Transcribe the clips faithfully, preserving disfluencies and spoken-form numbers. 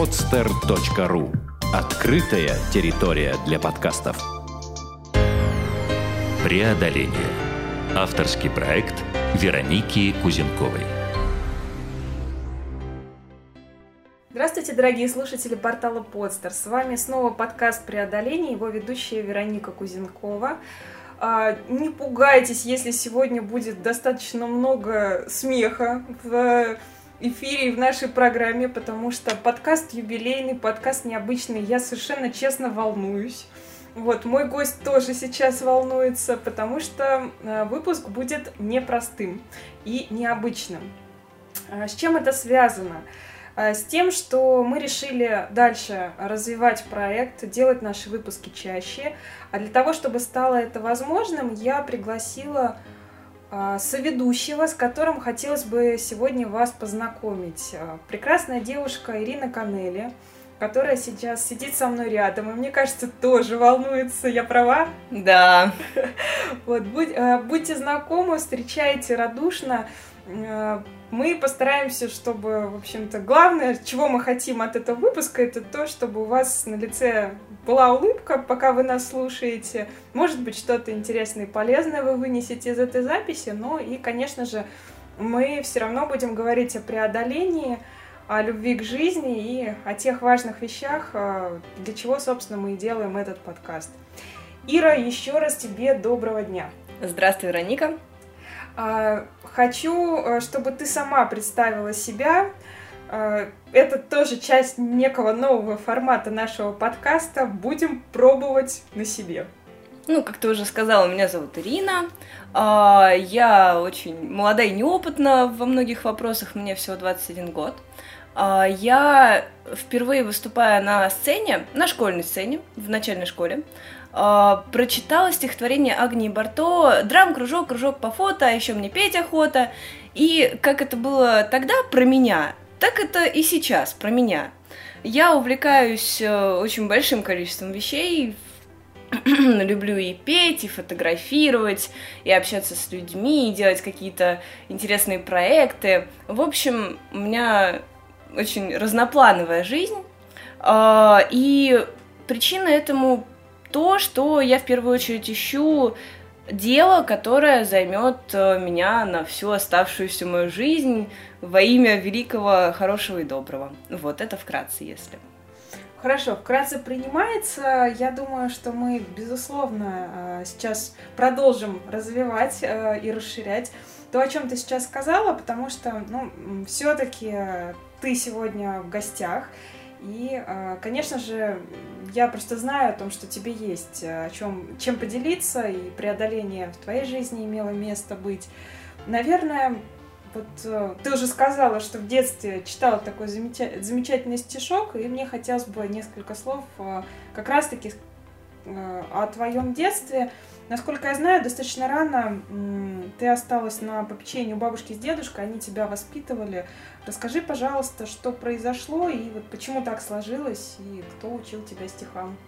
подстер точка ру. Открытая территория для подкастов. Преодоление. Авторский проект Вероники Кузенковой. Здравствуйте, дорогие слушатели портала Подстер. С вами снова подкаст «Преодоление», его ведущая Вероника Кузенкова. Не пугайтесь, если сегодня будет достаточно много смеха в эфире и в нашей программе, потому что подкаст юбилейный, подкаст необычный, я совершенно честно волнуюсь. Вот, мой гость тоже сейчас волнуется, потому что выпуск будет непростым и необычным. С чем это связано? С тем, что мы решили дальше развивать проект, делать наши выпуски чаще. А для того, чтобы стало это возможным, я пригласила соведущего, с которым хотелось бы сегодня вас познакомить. Прекрасная девушка Ирина Канелли, которая сейчас сидит со мной рядом, и мне кажется, тоже волнуется. Я права? Да. Вот, будь, будьте знакомы, встречайте радушно. Мы постараемся, чтобы, в общем-то, главное, чего мы хотим от этого выпуска, это то, чтобы у вас на лице была улыбка, пока вы нас слушаете. Может быть, что-то интересное и полезное вы вынесете из этой записи. Ну и, конечно же, мы все равно будем говорить о преодолении, о любви к жизни и о тех важных вещах, для чего, собственно, мы и делаем этот подкаст. Ира, еще раз тебе доброго дня. Здравствуй, Вероника. Хочу, чтобы ты сама представила себя. Это тоже часть некого нового формата нашего подкаста. Будем пробовать на себе. Ну, как ты уже сказала, меня зовут Ирина. Я очень молода и неопытна во многих вопросах. Мне всего двадцать один год. Я впервые выступая на сцене, на школьной сцене, в начальной школе, прочитала стихотворение Агнии Барто «Драм-кружок, кружок по фото, а еще мне петь охота». И как это было тогда про меня, так это и сейчас про меня. Я увлекаюсь очень большим количеством вещей, люблю и петь, и фотографировать, и общаться с людьми, и делать какие-то интересные проекты. В общем, у меня очень разноплановая жизнь, и причина этому то, что я в первую очередь ищу дело, которое займет меня на всю оставшуюся мою жизнь во имя великого, хорошего и доброго. Вот это вкратце, если. Хорошо, вкратце принимается. Я думаю, что мы, безусловно, сейчас продолжим развивать и расширять то, о чем ты сейчас сказала, потому что, ну, все-таки ты сегодня в гостях. И, конечно же, я просто знаю о том, что тебе есть о чем, чем поделиться, и преодоление в твоей жизни имело место быть. Наверное, вот ты уже сказала, что в детстве читала такой замеча- замечательный стишок, и мне хотелось бы несколько слов как раз-таки о твоем детстве. Насколько я знаю, достаточно рано ты осталась на попечении у бабушки с дедушкой, они тебя воспитывали. Расскажи, пожалуйста, что произошло и вот почему так сложилось, и кто учил тебя стихам?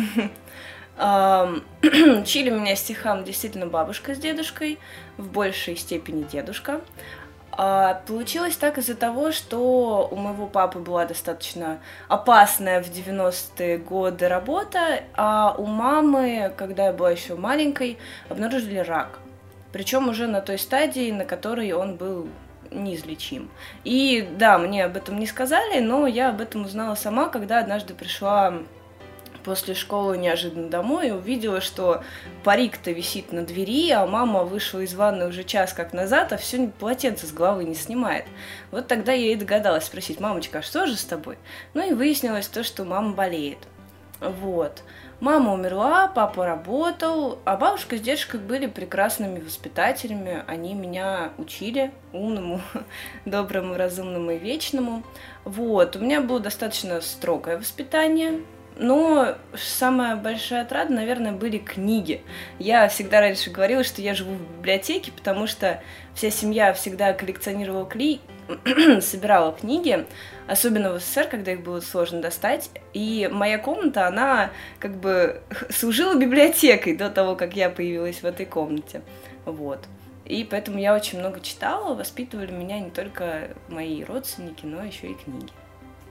Учили меня стихам действительно бабушка с дедушкой, в большей степени дедушка. А получилось так из-за того, что у моего папы была достаточно опасная в девяностые годы работа, а у мамы, когда я была еще маленькой, обнаружили рак. Причем уже на той стадии, на которой он был неизлечим. И да, мне об этом не сказали, но я об этом узнала сама, когда однажды пришла после школы неожиданно домой и увидела, что парик-то висит на двери, а мама вышла из ванны уже час как назад, а все полотенце с головы не снимает. Вот тогда я и догадалась спросить: мамочка, а что же с тобой? Ну и выяснилось то, что мама болеет. Вот. Мама умерла, папа работал, а бабушка с дедушкой были прекрасными воспитателями. Они меня учили умному, доброму, разумному и вечному. Вот. У меня было достаточно строгое воспитание. Но самая большая отрада, наверное, были книги. Я всегда раньше говорила, что я живу в библиотеке, потому что вся семья всегда коллекционировала книги, собирала книги, особенно в СССР, когда их было сложно достать. И моя комната, она как бы служила библиотекой до того, как я появилась в этой комнате. Вот. И поэтому я очень много читала, воспитывали меня не только мои родственники, но еще и книги.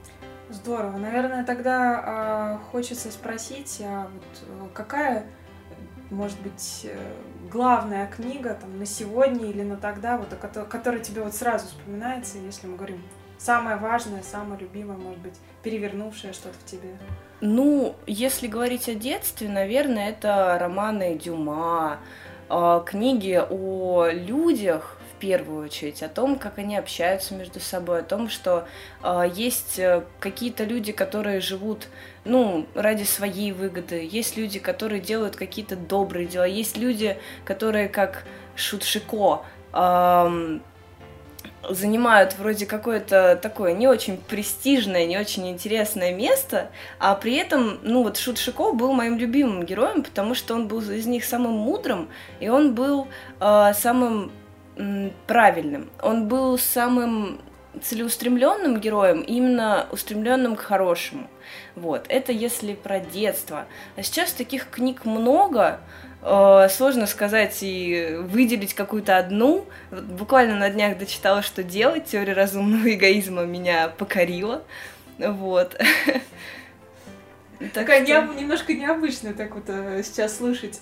Здорово. Наверное, тогда а, хочется спросить, а вот какая, может быть, главная книга там, на сегодня или на тогда, вот, которая тебе вот сразу вспоминается, если мы говорим самое важное, самое любимое, может быть, перевернувшее что-то в тебе? Ну, если говорить о детстве, наверное, это романы Дюма, книги о людях, в первую очередь, о том, как они общаются между собой, о том, что э, есть какие-то люди, которые живут, ну, ради своей выгоды, есть люди, которые делают какие-то добрые дела, есть люди, которые, как Шут-Шико, э, занимают вроде какое-то такое не очень престижное, не очень интересное место, а при этом, ну вот Шут-Шико был моим любимым героем, потому что он был из них самым мудрым, и он был э, самым правильным. Он был самым целеустремленным героем, именно устремленным к хорошему. Вот. Это если про детство. А сейчас таких книг много, э, сложно сказать и выделить какую-то одну. Вот буквально на днях дочитала «Что делать?». Теория разумного эгоизма меня покорила. Вот. Такая немножко необычно так вот сейчас слышать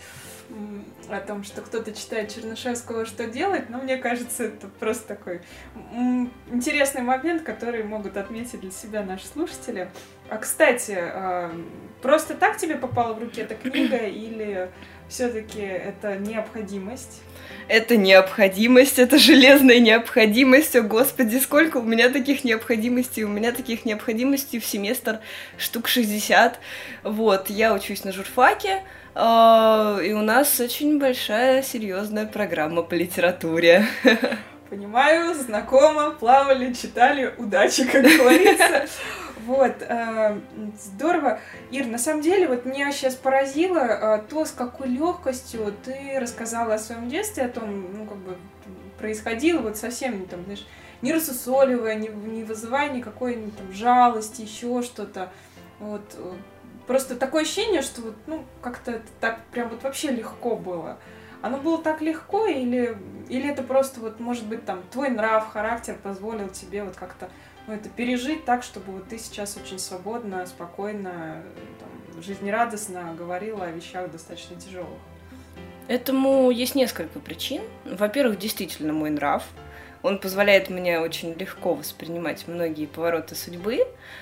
о том, что кто-то читает Чернышевского «Что делать?», но мне кажется, это просто такой интересный момент, который могут отметить для себя наши слушатели. А, кстати, просто так тебе попала в руки эта книга или все-таки это необходимость? Это необходимость, это железная необходимость. О, Господи, сколько у меня таких необходимостей. У меня таких необходимостей в семестр штук шестьдесят. Вот, я учусь на журфаке, и у нас очень большая, серьезная программа по литературе. Понимаю, знакомо, плавали, читали, удачи, как говорится. Вот, здорово. Ир, на самом деле, вот меня сейчас поразило то, с какой легкостью ты рассказала о своем детстве, о том, ну, как бы происходило, вот совсем, там, знаешь, не рассусоливая, не, не вызывая никакой там жалости, еще что-то. Вот. Просто такое ощущение, что вот, ну, как-то это так прям вот вообще легко было. Оно было так легко, или, или это просто вот, может быть, там, твой нрав, характер позволил тебе вот как-то, ну, это пережить так, чтобы вот ты сейчас очень свободно, спокойно, там, жизнерадостно говорила о вещах достаточно тяжелых? Этому есть несколько причин. Во-первых, действительно мой нрав. Он позволяет мне очень легко воспринимать многие повороты судьбы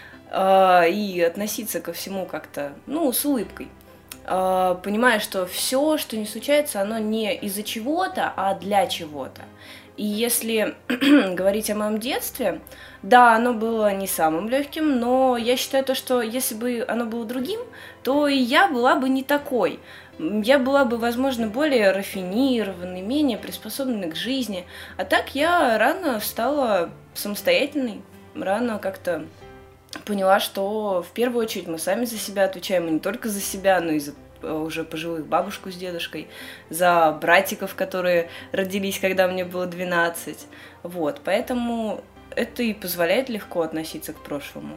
э, и относиться ко всему как-то, ну, с улыбкой. Э, понимая, что все, что не случается, оно не из-за чего-то, а для чего-то. И если говорить о моем детстве, да, оно было не самым легким, но я считаю то, что если бы оно было другим, то и я была бы не такой. Я была бы, возможно, более рафинированной, менее приспособленной к жизни. А так я рано стала самостоятельной, рано как-то поняла, что в первую очередь мы сами за себя отвечаем, и не только за себя, но и за уже пожилых бабушку с дедушкой, за братиков, которые родились, когда мне было двенадцать. Вот, поэтому это и позволяет легко относиться к прошлому.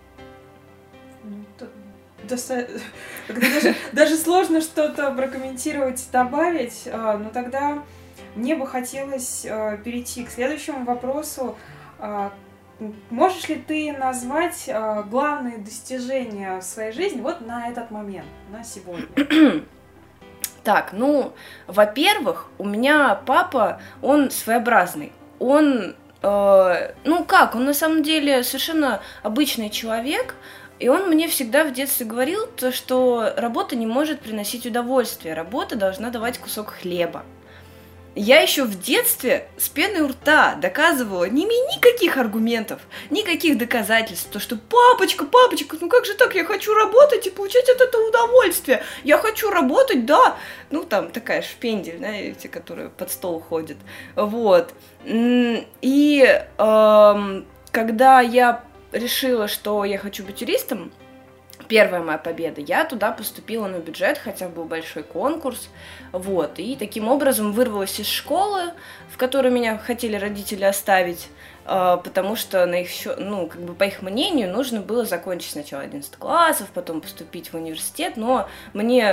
Доста... даже, даже сложно что-то прокомментировать, добавить, но тогда мне бы хотелось перейти к следующему вопросу. Можешь ли ты назвать главные достижения в своей жизни вот на этот момент, на сегодня? Так, ну, во-первых, у меня папа, он своеобразный. Он, э, ну как, он на самом деле совершенно обычный человек. И он мне всегда в детстве говорил, то, что работа не может приносить удовольствие, работа должна давать кусок хлеба. Я еще в детстве с пеной у рта доказывала, не имея никаких аргументов, никаких доказательств, то, что папочка, папочка, ну как же так, я хочу работать и получать от этого удовольствие, я хочу работать, да, ну там такая шпендель, знаете, которая под стол ходит, вот. И эм, когда я решила, что я хочу быть юристом, первая моя победа, я туда поступила на бюджет, хотя был большой конкурс, вот, и таким образом вырвалась из школы, в которой меня хотели родители оставить, потому что на их счет, ну, как бы по их мнению, нужно было закончить сначала одиннадцать классов, потом поступить в университет, но мне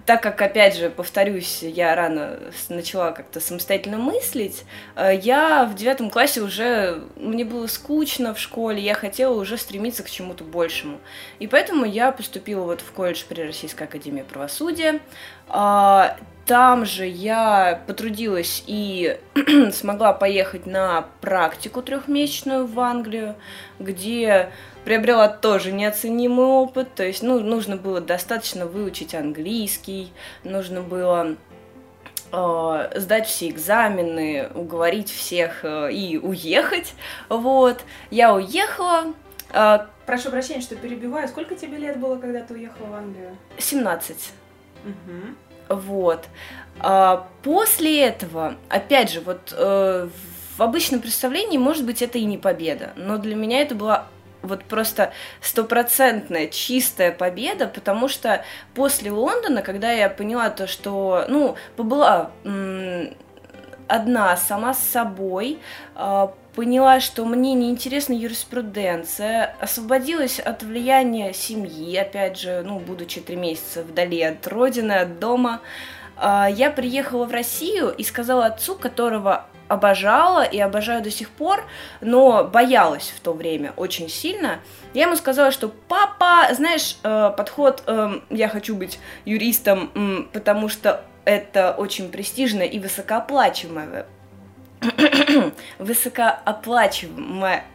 так как, опять же, повторюсь, я рано начала как-то самостоятельно мыслить, я в девятом классе уже, мне было скучно в школе, я хотела уже стремиться к чему-то большему. И поэтому я поступила вот в колледж при Российской академии правосудия. Там же я потрудилась и смогла поехать на практику трехмесячную в Англию, где приобрела тоже неоценимый опыт. То есть, ну, нужно было достаточно выучить английский, нужно было э, сдать все экзамены, уговорить всех э, и уехать. Вот, я уехала. Э, Прошу прощения, что перебиваю. Сколько тебе лет было, когда ты уехала в Англию? семнадцать. Угу. Вот. А после этого, опять же, вот э, в обычном представлении, может быть, это и не победа, но для меня это была вот просто стопроцентная чистая победа, потому что после Лондона, когда я поняла то, что, ну, побыла м- одна сама с собой, э, поняла, что мне неинтересна юриспруденция, освободилась от влияния семьи, опять же, ну, будучи три месяца вдали от родины, от дома, я приехала в Россию и сказала отцу, которого обожала и обожаю до сих пор, но боялась в то время очень сильно. Я ему сказала, что папа, знаешь, подход «я хочу быть юристом, потому что это очень престижно и высокооплачиваемое». Высокооплачиваемое.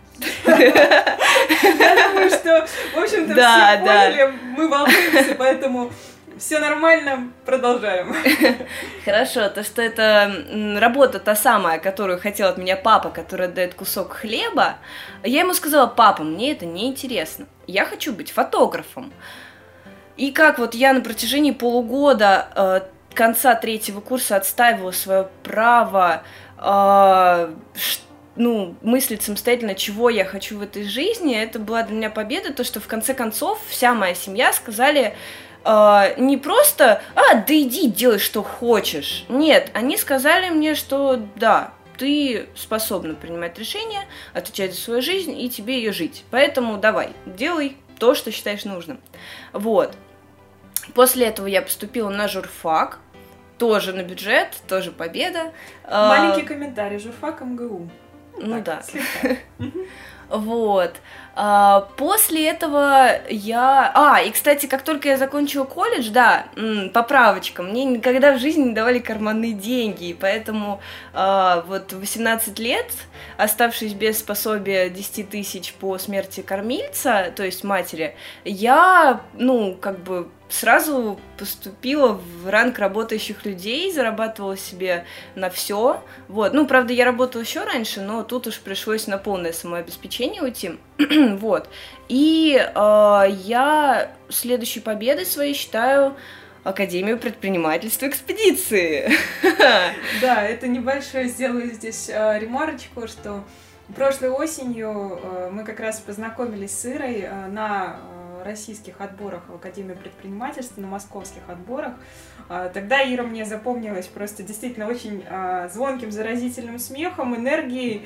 Я думаю, что, в общем-то, да, все да. поняли, мы волнуемся, поэтому все нормально, продолжаем. Хорошо, то, что это работа та самая, которую хотел от меня папа, которая дает кусок хлеба, я ему сказала: папа, мне это не интересно, я хочу быть фотографом. И как вот я на протяжении полугода э, конца третьего курса отстаивала свое право Uh, ну, мыслить самостоятельно, чего я хочу в этой жизни, это была для меня победа, то, что в конце концов вся моя семья сказали uh, не просто «а, да иди, делай, что хочешь». Нет, они сказали мне, что да, ты способна принимать решения, отвечать за свою жизнь, и тебе ее жить. Поэтому давай, делай то, что считаешь нужным. Вот. После этого я поступила на журфак, тоже на бюджет, тоже победа. Маленький комментарий. Журфак МГУ. Ну так, да. Вот. А, после этого я... А, и, кстати, как только я закончила колледж, да, м, поправочка, мне никогда в жизни не давали карманные деньги, и поэтому а, вот в восемнадцать лет, оставшись без пособия десять тысяч по смерти кормильца, то есть матери, я, ну, как бы сразу поступила в ранг работающих людей, зарабатывала себе на все. Вот. Ну, правда, я работала еще раньше, но тут уж пришлось на полное самообеспечение уйти. Вот. И э, я следующей победой своей считаю Академию предпринимательства экспедиции. Да, это небольшое, сделаю здесь э, ремарочку, что прошлой осенью э, мы как раз познакомились с Ирой э, на российских отборах в Академию предпринимательства, на московских отборах. Тогда Ира мне запомнилась просто действительно очень звонким, заразительным смехом, энергией,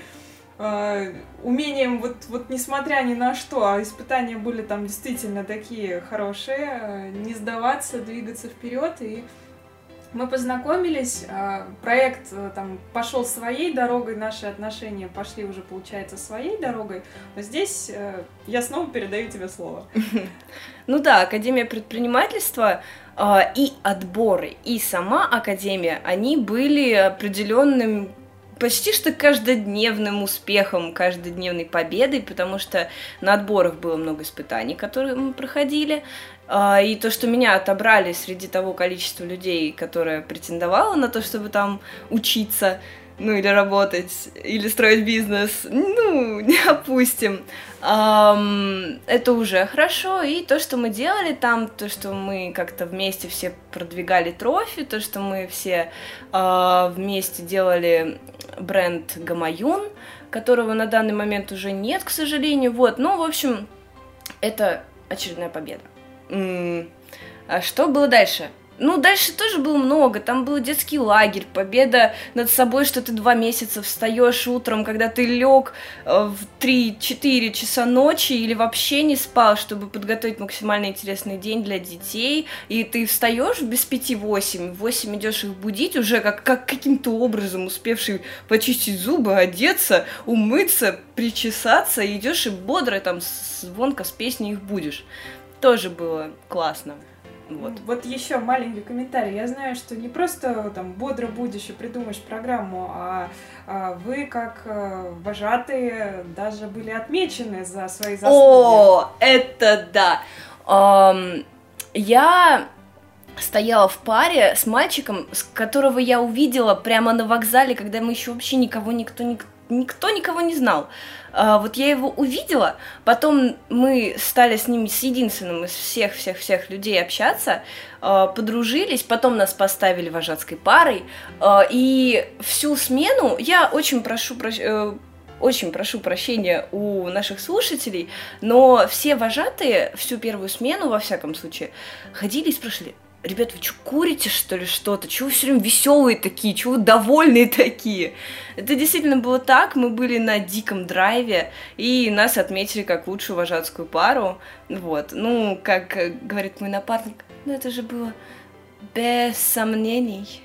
умением, вот, вот несмотря ни на что, а испытания были там действительно такие хорошие, не сдаваться, двигаться вперед. И мы познакомились, проект там пошел своей дорогой, наши отношения пошли уже, получается, своей дорогой. Но здесь я снова передаю тебе слово. Ну да, Академия предпринимательства и отборы, и сама Академия, они были определенным почти что каждодневным успехом, каждодневной победой, потому что на отборах было много испытаний, которые мы проходили, и то, что меня отобрали среди того количества людей, которое претендовало на то, чтобы там учиться, ну, или работать, или строить бизнес, ну, не опустим. Это уже хорошо, и то, что мы делали там, то, что мы как-то вместе все продвигали трофи, то, что мы все вместе делали бренд Гамаюн, которого на данный момент уже нет, к сожалению, вот, ну, в общем, это очередная победа. А что было дальше? Ну, дальше тоже было много. Там был детский лагерь, победа над собой, что ты два месяца встаешь утром, когда ты лег в три-четыре часа ночи или вообще не спал, чтобы подготовить максимально интересный день для детей. И ты встаешь без пяти-восемь, в восемь идешь их будить, уже как, как каким-то образом успевший почистить зубы, одеться, умыться, причесаться, и идешь и бодро там звонко с песней их будешь. Тоже было классно. Вот. Вот еще маленький комментарий. Я знаю, что не просто там бодро будешь и придумаешь программу, а, а вы, как а, вожатые, даже были отмечены за свои заслуги. О, это да! Um, я стояла в паре с мальчиком, с которого я увидела прямо на вокзале, когда мы еще вообще никого, никто, никто, никто никого не знал. Uh, вот я его увидела, потом мы стали с ним, с единственным из всех-всех-всех людей общаться, uh, подружились, потом нас поставили вожатской парой, uh, и всю смену я очень прошу, прощ... uh, очень прошу прощения у наших слушателей, но все вожатые всю первую смену, во всяком случае, ходили и спрашивали: ребят, вы что, курите, что ли, что-то? Чего вы все время веселые такие? Чего вы довольные такие? Это действительно было так. Мы были на диком драйве, и нас отметили как лучшую вожатскую пару. Вот. Ну, как говорит мой напарник, ну это же было без сомнений.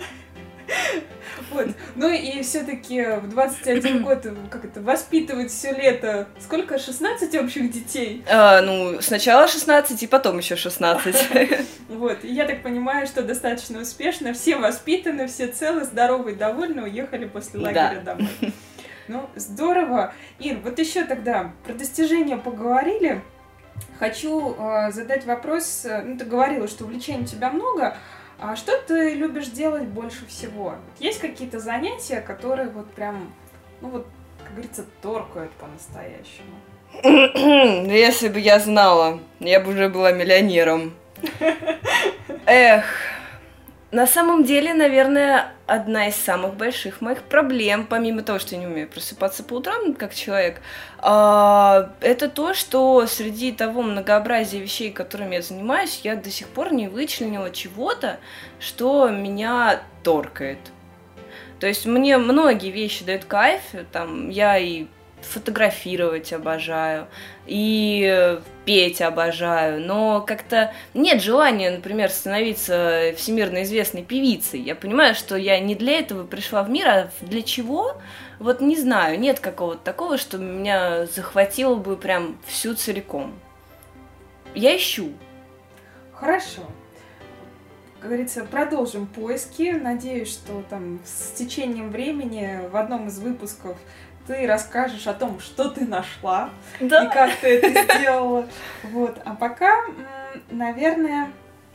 Вот. Ну и все-таки в двадцать один год, как это, воспитывать все лето. Сколько? шестнадцать общих детей? А, ну, сначала шестнадцать, и потом еще шестнадцать. Вот. И я так понимаю, что достаточно успешно. Все воспитаны, все целы, здоровы, довольны, уехали после лагеря да. домой. Ну, здорово. Ир, вот еще тогда про достижения поговорили. Хочу э, задать вопрос. Ну, ты говорила, что увлечений у тебя много. А что ты любишь делать больше всего? Есть какие-то занятия, которые вот прям, ну вот, как говорится, торкают по-настоящему? Если бы я знала, я бы уже была миллионером. Эх, на самом деле, наверное, одна из самых больших моих проблем, помимо того, что я не умею просыпаться по утрам, как человек, это то, что среди того многообразия вещей, которыми я занимаюсь, я до сих пор не вычленила чего-то, что меня торкает. То есть мне многие вещи дают кайф, там, я и фотографировать обожаю, и петь обожаю, но как-то нет желания, например, становиться всемирно известной певицей. Я понимаю, что я не для этого пришла в мир, а для чего? Вот не знаю, нет какого-то такого, что меня захватило бы прям всю целиком. Я ищу. Хорошо. Как говорится, продолжим поиски. Надеюсь, что там с течением времени в одном из выпусков ты расскажешь о том, что ты нашла да. и как ты это сделала. Вот. А пока, наверное,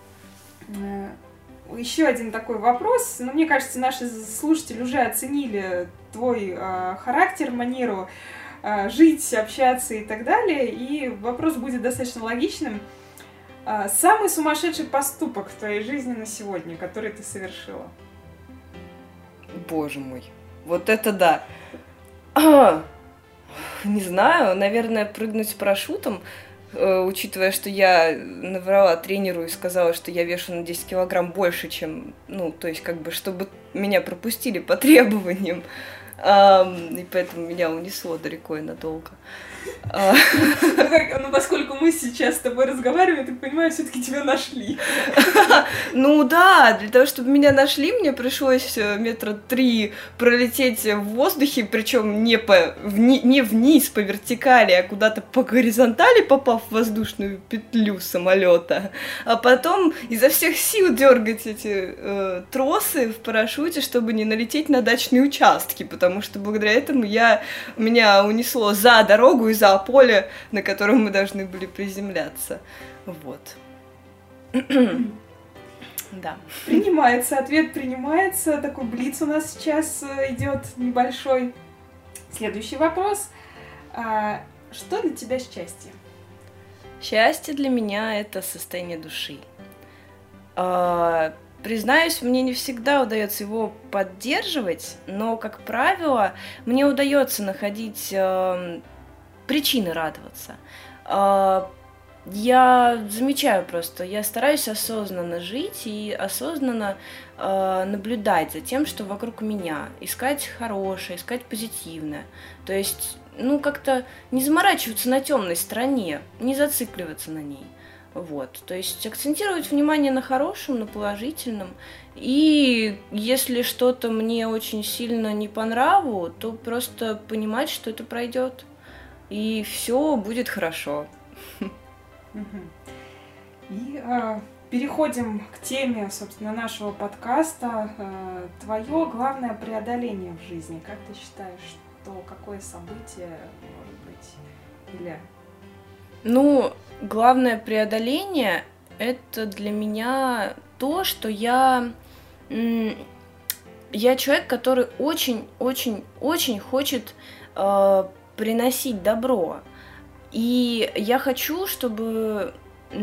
еще один такой вопрос. Ну, мне кажется, наши слушатели уже оценили твой э, характер, манеру э, жить, общаться и так далее. И вопрос будет достаточно логичным. Э, самый сумасшедший поступок в твоей жизни на сегодня, который ты совершила? Боже мой, вот это да! А, не знаю, наверное, прыгнуть с парашютом, э, учитывая, что я наврала тренеру и сказала, что я вешу на десять килограмм больше, чем, ну, то есть, как бы, чтобы меня пропустили по требованиям, а, и поэтому меня унесло далеко и надолго. Ну, поскольку мы сейчас с тобой разговариваем, я так понимаю, все-таки тебя нашли. Ну да, для того, чтобы меня нашли, мне пришлось метра три пролететь в воздухе, причем не, по, вни, не вниз по вертикали, а куда-то по горизонтали, попав в воздушную петлю самолета, а потом изо всех сил дергать эти э, тросы в парашюте, чтобы не налететь на дачные участки, потому что благодаря этому я, меня унесло за дорогу и за поле, на котором мы должны были приземляться. Вот. Да. Принимается, ответ принимается. Такой блиц у нас сейчас идет небольшой. Следующий вопрос. А, что для тебя счастье? Счастье для меня — это состояние души. А, признаюсь, мне не всегда удается его поддерживать, но, как правило, мне удается находить а, причины радоваться. А, я замечаю просто, я стараюсь осознанно жить и осознанно э, наблюдать за тем, что вокруг меня, искать хорошее, искать позитивное. То есть, ну, как-то не заморачиваться на темной стороне, не зацикливаться на ней. Вот, то есть акцентировать внимание на хорошем, на положительном. И если что-то мне очень сильно не по нраву, то просто понимать, что это пройдет, и все будет хорошо. И э, переходим к теме, собственно, нашего подкаста. Э, твое главное преодоление в жизни. Как ты считаешь, что какое событие может быть? Или... Ну, главное преодоление — это для меня то, что я... Я человек, который очень-очень-очень хочет э, приносить добро. И я хочу, чтобы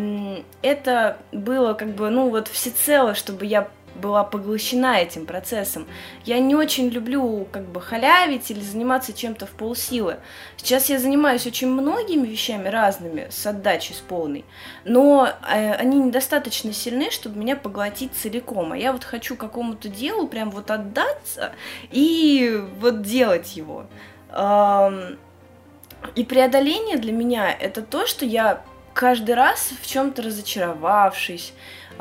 это было как бы, ну вот всецело, чтобы я была поглощена этим процессом. Я не очень люблю как бы халявить или заниматься чем-то в полсилы. Сейчас я занимаюсь очень многими вещами разными, с отдачей, с полной, но э, они недостаточно сильны, чтобы меня поглотить целиком. А я вот хочу какому-то делу прям вот отдаться и вот делать его. Эм, и преодоление для меня — это то, что я каждый раз в чем-то разочаровавшись,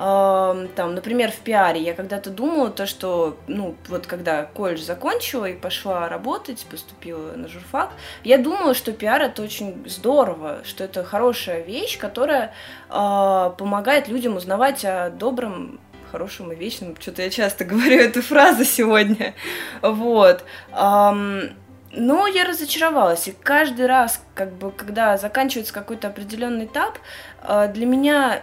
там, например, в пиаре я когда-то думала то, что, ну, вот когда колледж закончила и пошла работать, поступила на журфак, я думала, что пиар — это очень здорово, что это хорошая вещь, которая э, помогает людям узнавать о добром, хорошем и вечном. Что-то я часто говорю эту фразу сегодня, вот. Эм, но я разочаровалась, и каждый раз, как бы, когда заканчивается какой-то определенный этап, э, для меня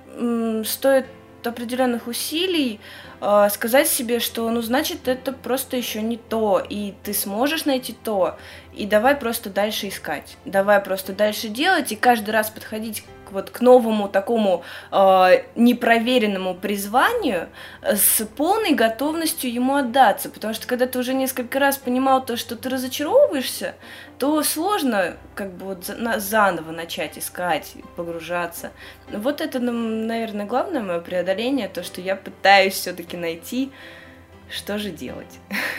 стоит определенных усилий э, сказать себе, что, ну, значит, это просто еще не то, и ты сможешь найти то, и давай просто дальше искать, давай просто дальше делать, и каждый раз подходить к, вот, к новому такому э, непроверенному призванию с полной готовностью ему отдаться, потому что когда ты уже несколько раз понимал то, что ты разочаровываешься, то сложно как бы вот заново начать искать, погружаться. Вот это, наверное, главное мое преодоление, то, что я пытаюсь все-таки найти, что же делать,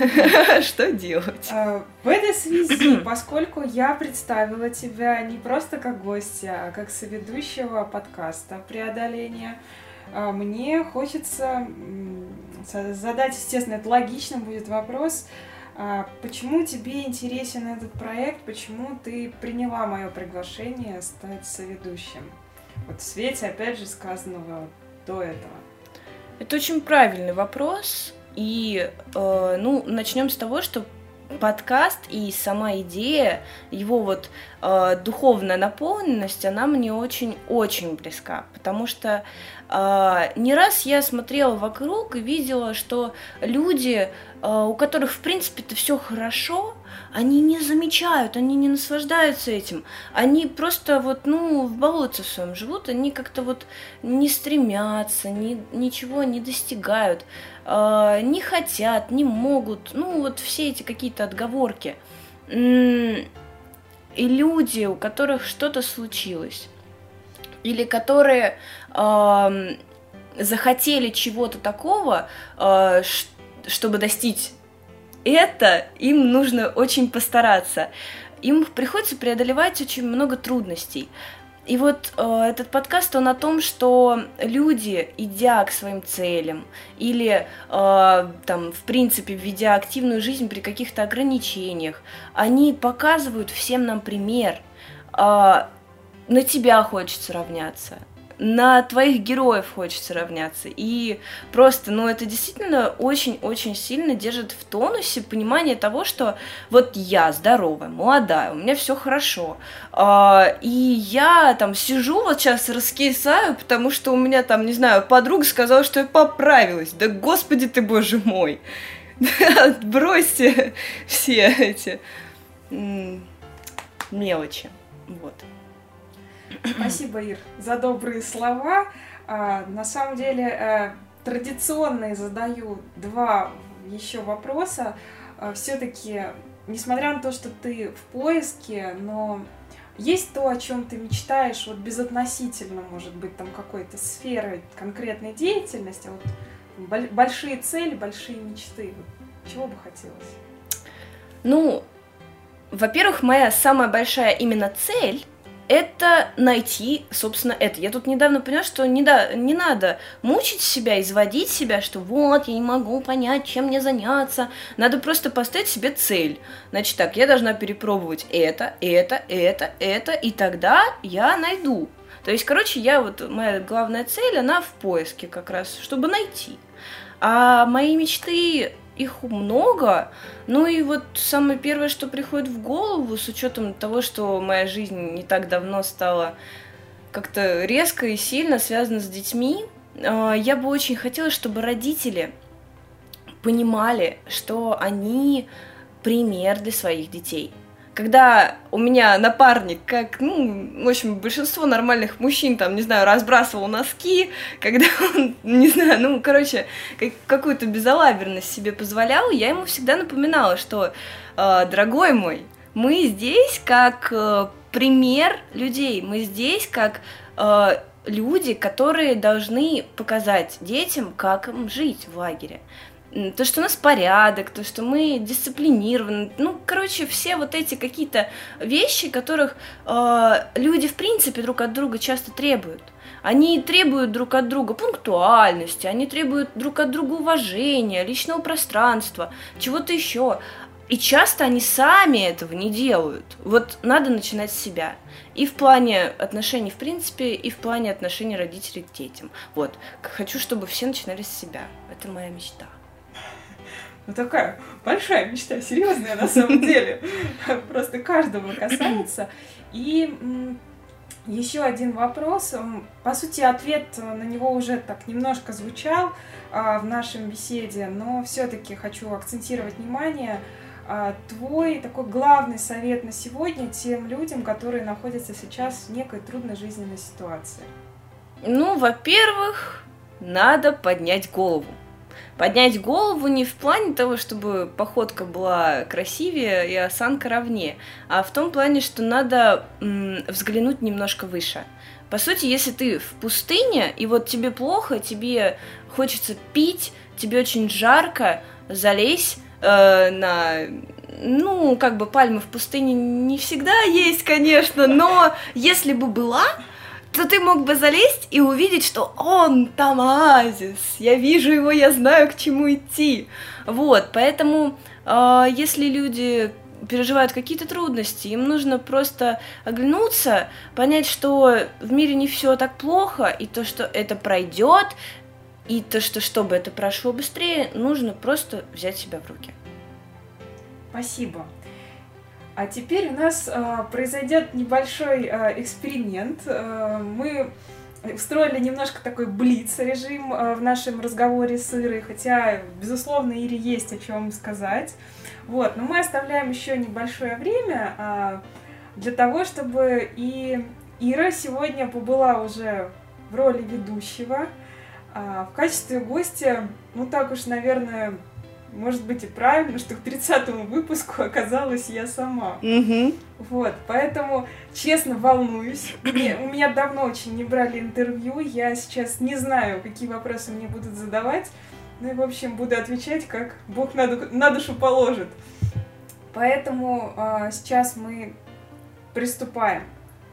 что делать. В этой связи, поскольку я представила тебя не просто как гостя, а как соведущего подкаста «Преодоление», мне хочется задать, естественно, это логично будет вопрос, почему тебе интересен этот проект, почему ты приняла мое приглашение стать соведущим? Вот в свете, опять же, сказанного до этого. Это очень правильный вопрос, и э, ну, начнем с того, что подкаст и сама идея, его вот э, духовная наполненность, она мне очень-очень близка, потому что э, не раз я смотрела вокруг и видела, что люди, э, у которых в принципе-то все хорошо, они не замечают, они не наслаждаются этим, они просто вот, ну, в болоте своем живут, они как-то вот не стремятся, ни, ничего не достигают, э, не хотят, не могут, ну, вот все эти какие-то отговорки. И люди, у которых что-то случилось, или которые э, захотели чего-то такого, э, чтобы достичь это, им нужно очень постараться. Им приходится преодолевать очень много трудностей. И вот э, этот подкаст, он о том, что люди, идя к своим целям или, э, там, в принципе, ведя активную жизнь при каких-то ограничениях, они показывают всем нам пример. Э, на тебя хочется равняться, на твоих героев хочется равняться. И просто, ну, это действительно очень-очень сильно держит в тонусе понимание того, что вот я здоровая, молодая, у меня все хорошо. И я там сижу, вот сейчас раскисаю, потому что у меня там, не знаю, подруга сказала, что я поправилась. Да господи ты, боже мой! Отбросьте все эти мелочи. Вот. Спасибо, Ир, за добрые слова. А, на самом деле, а, традиционно задаю два еще вопроса. А, все-таки, несмотря на то, что ты в поиске, но есть то, о чем ты мечтаешь, вот безотносительно, может быть, там какой-то сферы конкретной деятельности, вот большие цели, большие мечты, вот, чего бы хотелось? Ну, во-первых, моя самая большая именно цель — это найти, собственно, это. Я тут недавно поняла, что не, да, не надо мучить себя, изводить себя, что вот, я не могу понять, чем мне заняться. Надо просто поставить себе цель. Значит так, я должна перепробовать это, это, это, это, и тогда я найду. То есть, короче, я вот, моя главная цель, она в поиске как раз, чтобы найти. А мои мечты... Их много, ну и вот самое первое, что приходит в голову, с учетом того, что моя жизнь не так давно стала как-то резко и сильно связана с детьми, я бы очень хотела, чтобы родители понимали, что они пример для своих детей. Когда у меня напарник, как, ну, в общем, большинство нормальных мужчин, там, не знаю, разбрасывал носки, когда он, не знаю, ну, короче, как, какую-то безалаберность себе позволял, я ему всегда напоминала, что, э, дорогой мой, мы здесь как э, пример людей, мы здесь как э, люди, которые должны показать детям, как им жить в лагере. То, что у нас порядок, то, что мы дисциплинированы, ну, короче, все вот эти какие-то вещи, которых э, люди, в принципе, друг от друга часто требуют. Они требуют друг от друга пунктуальности, они требуют друг от друга уважения, личного пространства, чего-то еще. И часто они сами этого не делают. Вот надо начинать с себя. И в плане отношений, в принципе, и в плане отношений родителей к детям. Вот. Хочу, чтобы все начинали с себя. Это моя мечта. Ну, такая большая мечта, серьезная на самом деле. Просто каждого касается. И еще один вопрос. По сути, ответ на него уже так немножко звучал в нашем беседе, но все-таки хочу акцентировать внимание. Твой такой главный совет на сегодня тем людям, которые находятся сейчас в некой трудной жизненной ситуации? Ну, во-первых, надо поднять голову. Поднять голову не в плане того, чтобы походка была красивее и осанка ровнее, а в том плане, что надо м, взглянуть немножко выше. По сути, если ты в пустыне, и вот тебе плохо, тебе хочется пить, тебе очень жарко, залезь э, на... Ну, как бы пальмы в пустыне не всегда есть, конечно, но если бы была... то ты мог бы залезть и увидеть, что он там оазис, я вижу его, я знаю, к чему идти. Вот, поэтому, э, если люди переживают какие-то трудности, им нужно просто оглянуться, понять, что в мире не все так плохо, и то, что это пройдет, и то, что чтобы это прошло быстрее, нужно просто взять себя в руки. Спасибо. А теперь у нас э, произойдет небольшой э, эксперимент. Э, мы устроили немножко такой блиц-режим э, в нашем разговоре с Ирой, хотя, безусловно, Ире есть о чем сказать. Вот, но мы оставляем еще небольшое время э, для того, чтобы и Ира сегодня побыла уже в роли ведущего. Э, в качестве гостя, ну так уж, наверное... Может быть и правильно, что к тридцатому выпуску оказалась я сама. Mm-hmm. Вот, поэтому, честно, волнуюсь. Мне, у меня давно очень не брали интервью, я сейчас не знаю, какие вопросы мне будут задавать. Ну и, в общем, буду отвечать, как Бог на, ду- на душу положит. Поэтому а, сейчас мы приступаем.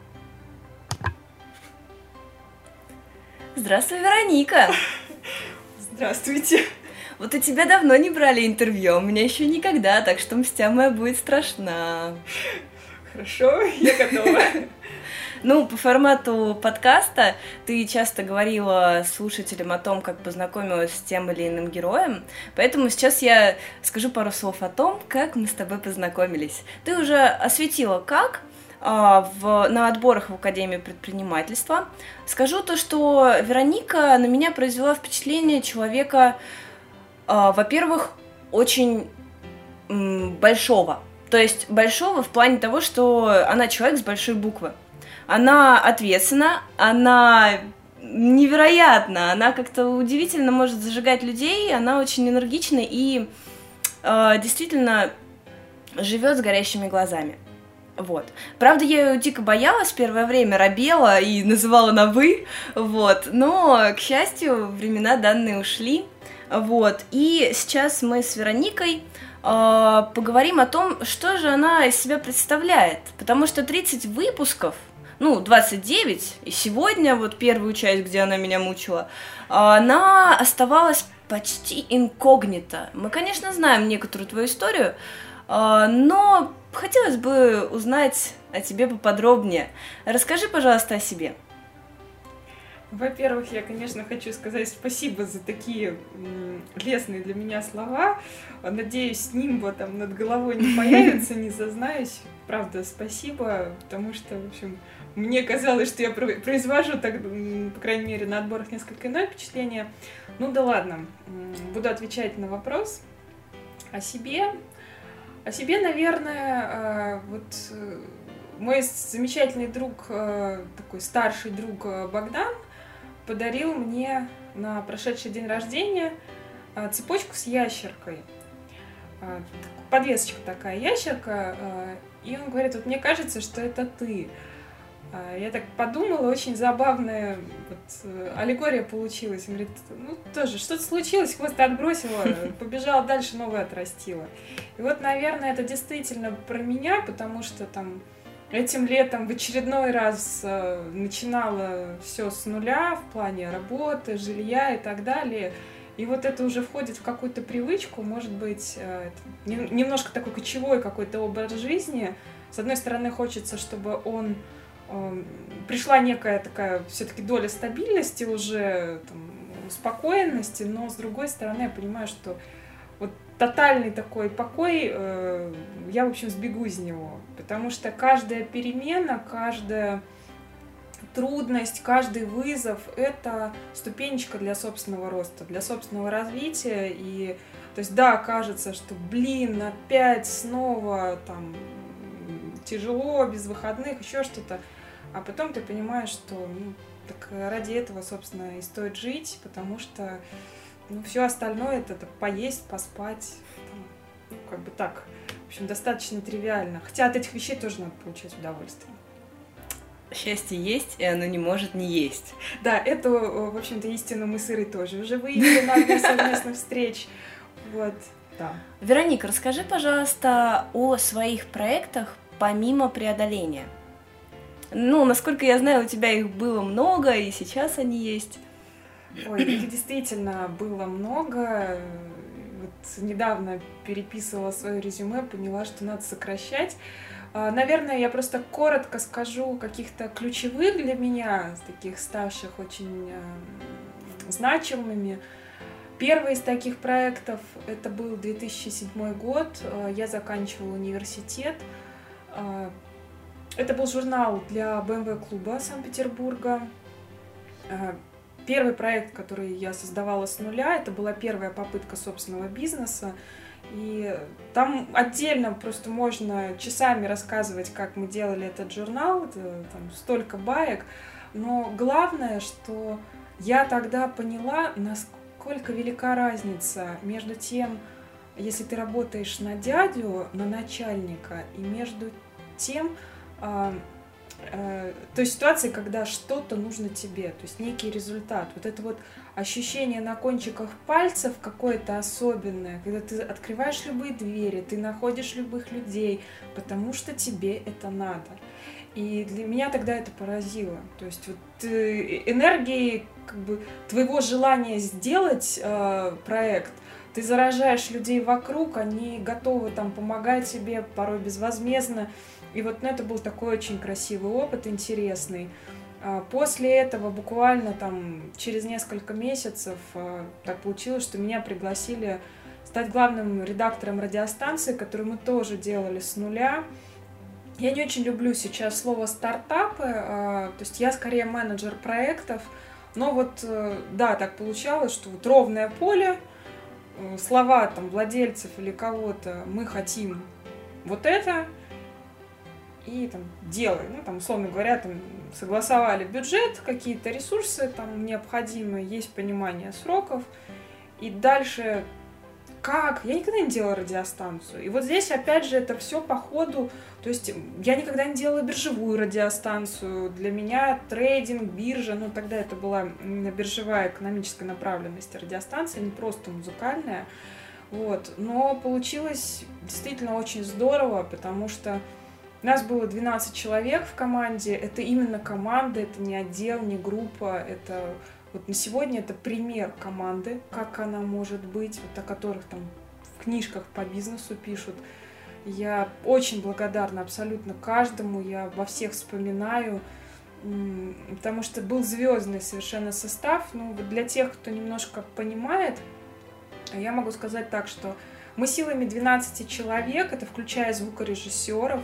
Здравствуй, Вероника! Здравствуйте! Вот у тебя давно не брали интервью, у меня еще никогда, так что мстя моя будет страшна. Хорошо, я готова. Ну, по формату подкаста ты часто говорила слушателям о том, как познакомилась с тем или иным героем, поэтому сейчас я скажу пару слов о том, как мы с тобой познакомились. Ты уже осветила, как в, на отборах в Академию предпринимательства. Скажу то, что Вероника на меня произвела впечатление человека... Во-первых, очень большого. То есть большого в плане того, что она человек с большой буквы. Она ответственна, она невероятна, она как-то удивительно может зажигать людей, она очень энергична и э, действительно живет с горящими глазами. Вот. Правда, я ее дико боялась, первое время робела и называла на «вы», вот, но, к счастью, времена данные ушли, вот, и сейчас мы с Вероникой э, поговорим о том, что же она из себя представляет, потому что тридцать выпусков, ну, двадцать девять, и сегодня, вот первую часть, где она меня мучила, она оставалась почти инкогнито. Мы, конечно, знаем некоторую твою историю, но хотелось бы узнать о тебе поподробнее. Расскажи, пожалуйста, о себе. Во-первых, я, конечно, хочу сказать спасибо за такие м, лестные для меня слова. Надеюсь, нимба там над головой не появится, не зазнаюсь. Правда, спасибо, потому что, в общем, мне казалось, что я произвожу, так, по крайней мере, на отборах несколько иное впечатление. Ну да ладно, буду отвечать на вопрос о себе. О себе, наверное, вот мой замечательный друг, такой старший друг Богдан, подарил мне на прошедший день рождения цепочку с ящеркой. Подвесочка такая, ящерка. И он говорит, вот мне кажется, что это ты. Я так подумала, очень забавная вот, аллегория получилась. Он говорит, ну тоже, что-то случилось, хвост отбросила, побежала дальше, новое отрастила. И вот, наверное, это действительно про меня, потому что там этим летом в очередной раз начинала все с нуля в плане работы, жилья и так далее. И вот это уже входит в какую-то привычку, может быть, немножко такой кочевой какой-то образ жизни. С одной стороны, хочется, чтобы он пришла некая такая все-таки доля стабильности, уже там, успокоенности, но с другой стороны я понимаю, что вот тотальный такой покой, э, я, в общем, сбегу из него, потому что каждая перемена, каждая трудность, каждый вызов — это ступенечка для собственного роста, для собственного развития, и то есть да, кажется, что, блин, опять снова там тяжело, без выходных, еще что-то. А потом ты понимаешь, что ну, так ради этого, собственно, и стоит жить, потому что ну, все остальное это, это поесть, поспать, там, ну, как бы так, в общем, достаточно тривиально. Хотя от этих вещей тоже надо получать удовольствие. Счастье есть, и оно не может не есть. Да, эту, в общем-то, истину мы с Ирой тоже уже выявили на одной из совместных встреч. Вот, да. Вероника, расскажи, пожалуйста, о своих проектах помимо преодоления. Ну, насколько я знаю, у тебя их было много, и сейчас они есть. Ой, их действительно было много. Вот недавно переписывала свое резюме, поняла, что надо сокращать. Наверное, я просто коротко скажу каких-то ключевых для меня, таких ставших очень значимыми. Первый из таких проектов — это был две тысячи седьмой год. Я заканчивала университет. Это был журнал для бэ эм вэ-клуба Санкт-Петербурга. Первый проект, который я создавала с нуля, это была первая попытка собственного бизнеса. И там отдельно просто можно часами рассказывать, как мы делали этот журнал, это, там столько баек. Но главное, что я тогда поняла, насколько велика разница между тем, если ты работаешь на дядю, на начальника, и между тем, а, а, той ситуации, когда что-то нужно тебе, то есть некий результат. Вот это вот ощущение на кончиках пальцев какое-то особенное, когда ты открываешь любые двери, ты находишь любых людей, потому что тебе это надо. И для меня тогда это поразило. То есть вот энергией как бы твоего желания сделать э, проект, ты заражаешь людей вокруг, они готовы там помогать тебе, порой безвозмездно. И вот ну, это был такой очень красивый опыт, интересный. После этого буквально там через несколько месяцев так получилось, что меня пригласили стать главным редактором радиостанции, которую мы тоже делали с нуля. Я не очень люблю сейчас слово «стартапы», то есть я скорее менеджер проектов, но вот да, так получалось, что вот ровное поле, слова там владельцев или кого-то «мы хотим вот это», и там делай, ну там, условно говоря, там согласовали бюджет, какие-то ресурсы там необходимые, есть понимание сроков, и дальше как? Я никогда не делала радиостанцию. И вот здесь, опять же, это все по ходу. То есть я никогда не делала биржевую радиостанцию. Для меня трейдинг, биржа, ну тогда это была именно биржевая экономическая направленность радиостанция, не просто музыкальная. Вот. Но получилось действительно очень здорово, потому что у нас было двенадцать человек в команде. Это именно команда, это не отдел, не группа. Это вот на сегодня это пример команды, как она может быть, вот о которых там в книжках по бизнесу пишут. Я очень благодарна абсолютно каждому, я во всех вспоминаю, потому что был звездный совершенно состав. Ну, вот для тех, кто немножко понимает, я могу сказать так, что мы силами двенадцати человек, это включая звукорежиссеров,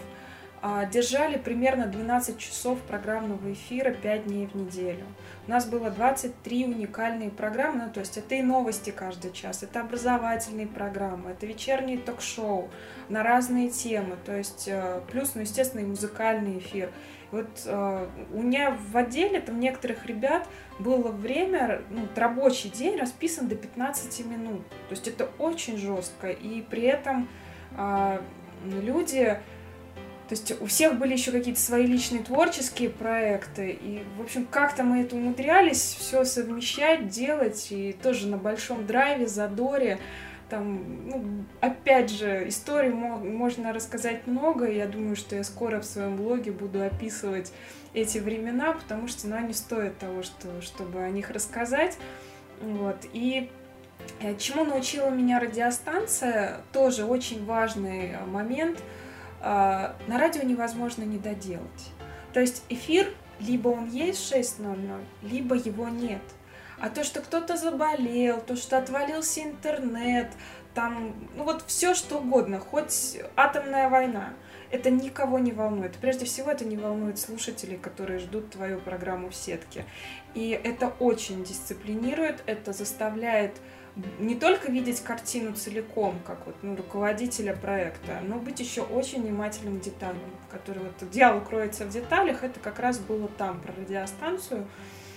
держали примерно двенадцать часов программного эфира пять дней в неделю. У нас было двадцать три уникальные программы, ну, то есть это и новости каждый час, это образовательные программы, это вечерние ток-шоу на разные темы, то есть плюс, ну, естественно, и музыкальный эфир. Вот э, у меня в отделе, там, некоторых ребят было время, ну, рабочий день расписан до пятнадцати минут, то есть это очень жестко, и при этом э, люди... То есть у всех были еще какие-то свои личные творческие проекты, и, в общем, как-то мы это умудрялись все совмещать, делать, и тоже на большом драйве, задоре. Там, ну, опять же, историй можно рассказать много, и я думаю, что я скоро в своем блоге буду описывать эти времена, потому что, ну, они стоят того, что, чтобы о них рассказать. Вот. И чему научила меня радиостанция, тоже очень важный момент – на радио невозможно не доделать. То есть эфир, либо он есть в шесть ноль ноль, либо его нет. А то, что кто-то заболел, то, что отвалился интернет, там, ну вот все что угодно, хоть атомная война, это никого не волнует. Прежде всего, это не волнует слушателей, которые ждут твою программу в сетке. И это очень дисциплинирует, это заставляет не только видеть картину целиком, как вот, ну, руководителя проекта, но быть еще очень внимательным к деталям, которые вот дьявол кроется в деталях, это как раз было там, про радиостанцию.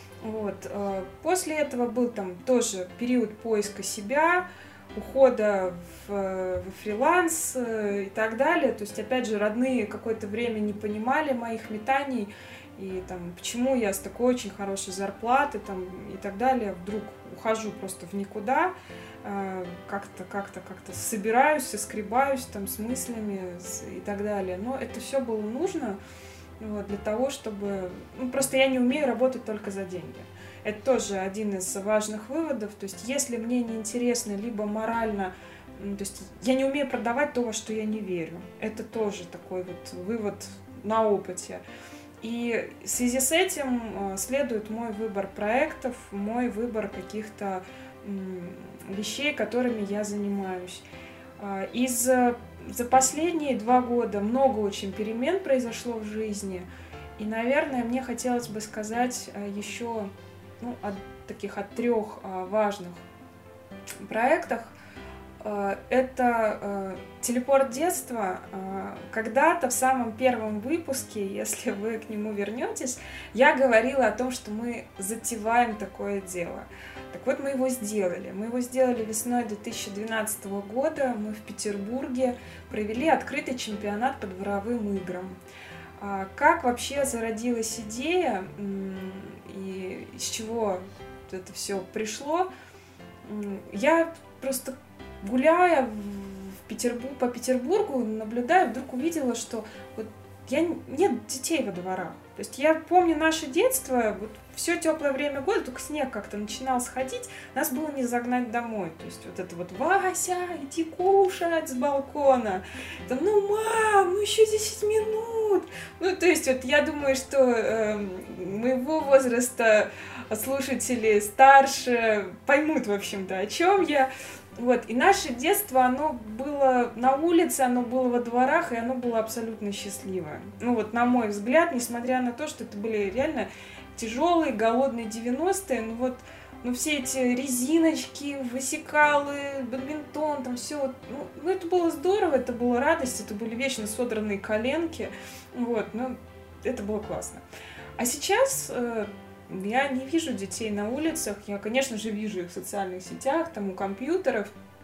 Вот. После этого был там тоже период поиска себя, ухода в, в фриланс и так далее. То есть, опять же, родные какое-то время не понимали моих метаний, и там, почему я с такой очень хорошей зарплатой там, и так далее вдруг ухожу просто в никуда, э, как-то, как-то, как-то собираюсь, соскребаюсь там с мыслями с, и так далее. Но это все было нужно вот, для того, чтобы... Ну, просто я не умею работать только за деньги. Это тоже один из важных выводов. То есть, если мне неинтересно, либо морально... Ну, то есть, я не умею продавать то, во что я не верю. Это тоже такой вот вывод на опыте. И в связи с этим следует мой выбор проектов, мой выбор каких-то вещей, которыми я занимаюсь. Из за последние два года много очень перемен произошло в жизни. И, наверное, мне хотелось бы сказать еще, ну, о таких от трех важных проектах. Это «Телепорт детства». Когда-то в самом первом выпуске, если вы к нему вернетесь, я говорила о том, что мы затеваем такое дело. Так вот, мы его сделали. Мы его сделали весной две тысячи двенадцатого года. Мы в Петербурге провели открытый чемпионат по дворовым играм. Как вообще зародилась идея и из чего это все пришло? Я просто... Гуляя в Петербург, по Петербургу, наблюдая, вдруг увидела, что вот я, нет детей во дворах. То есть я помню наше детство, вот все теплое время года, только снег как-то начинал сходить, нас было не загнать домой. То есть вот это вот «Вася, иди кушать с балкона». Там, ну, мам, ну еще десять минут. Ну, то есть вот я думаю, что э, моего возраста слушатели старше поймут, в общем-то, о чем я. Вот, и наше детство, оно было на улице, оно было во дворах, и оно было абсолютно счастливое. Ну вот, на мой взгляд, несмотря на то, что это были реально тяжелые, голодные девяностые, ну вот, ну все эти резиночки, высекалы, бадминтон, там все, вот, ну, ну это было здорово, это была радость, это были вечно содранные коленки, вот, ну это было классно. А сейчас... Я не вижу детей на улицах, я, конечно же, вижу их в социальных сетях, там, у компьютеров,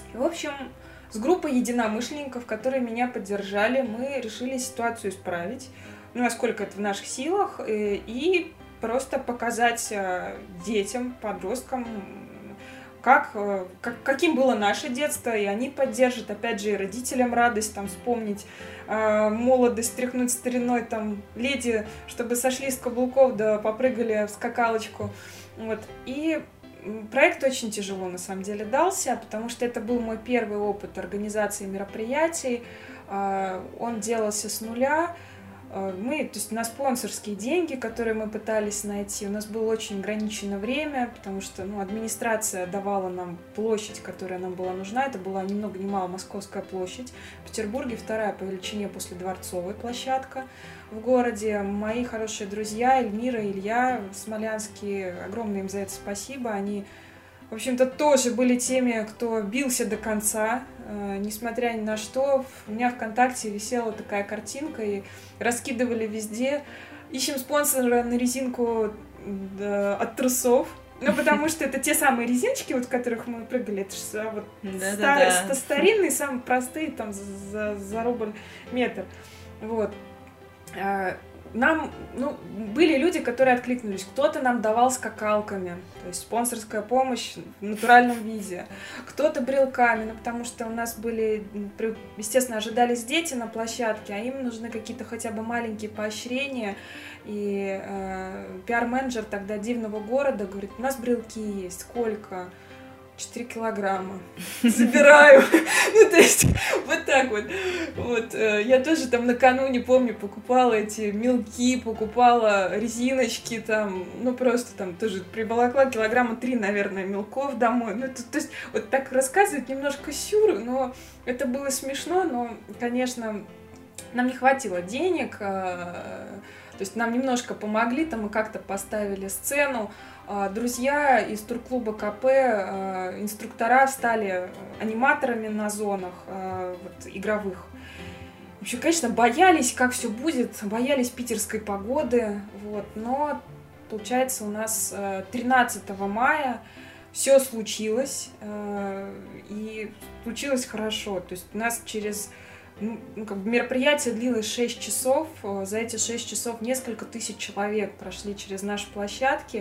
И, в общем, с группой единомышленников, которые меня поддержали, мы решили ситуацию исправить, ну, насколько это в наших силах, и просто показать детям, подросткам, как, как, каким было наше детство, и они поддержат, опять же, и родителям радость, там, вспомнить э, молодость, тряхнуть стариной, там, леди, чтобы сошли с каблуков, да попрыгали в скакалочку, вот, и проект очень тяжело, на самом деле, дался, потому что это был мой первый опыт организации мероприятий, э, он делался с нуля. Мы, то есть на спонсорские деньги, которые мы пытались найти, у нас было очень ограниченное время, потому что, ну, администрация давала нам площадь, которая нам была нужна. Это была ни много ни мало Московская площадь. В Петербурге вторая по величине после Дворцовой площадка в городе. Мои хорошие друзья Эльмира и Илья Смолянские, огромное им за это спасибо. Они, в общем-то, тоже были теми, кто бился до конца, э, несмотря ни на что. У меня ВКонтакте висела такая картинка, и раскидывали везде. Ищем спонсора на резинку да, от трусов. Ну, потому что это те самые резиночки, вот, в которых мы прыгали. Это же вот да, стар, да, да. старинные, самые простые, там, за, за рубль метр. Вот. Нам, ну, были люди, которые откликнулись. Кто-то нам давал скакалками, то есть спонсорская помощь в натуральном виде. Кто-то брелками, ну, потому что у нас были, естественно, ожидались дети на площадке, а им нужны какие-то хотя бы маленькие поощрения. И э, пиар-менеджер тогда Дивного города говорит: у нас брелки есть, сколько? четыре килограмма. Забираю. Ну, то есть, вот так вот. Вот. Я тоже там накануне, помню, покупала эти мелки, покупала резиночки там, ну, просто там тоже приволокла килограмма три, наверное, мелков домой. Ну, это, то есть, вот так рассказывать немножко сюр, но это было смешно, но, конечно, нам не хватило денег, то есть нам немножко помогли, там мы как-то поставили сцену. Друзья из турклуба КП, инструктора стали аниматорами на зонах вот, игровых. В общем, конечно, боялись, как все будет, боялись питерской погоды, вот, но, получается, у нас тринадцатого мая все случилось, и случилось хорошо. То есть у нас через... Ну, как бы мероприятие длилось шесть часов, за эти шесть часов несколько тысяч человек прошли через наши площадки.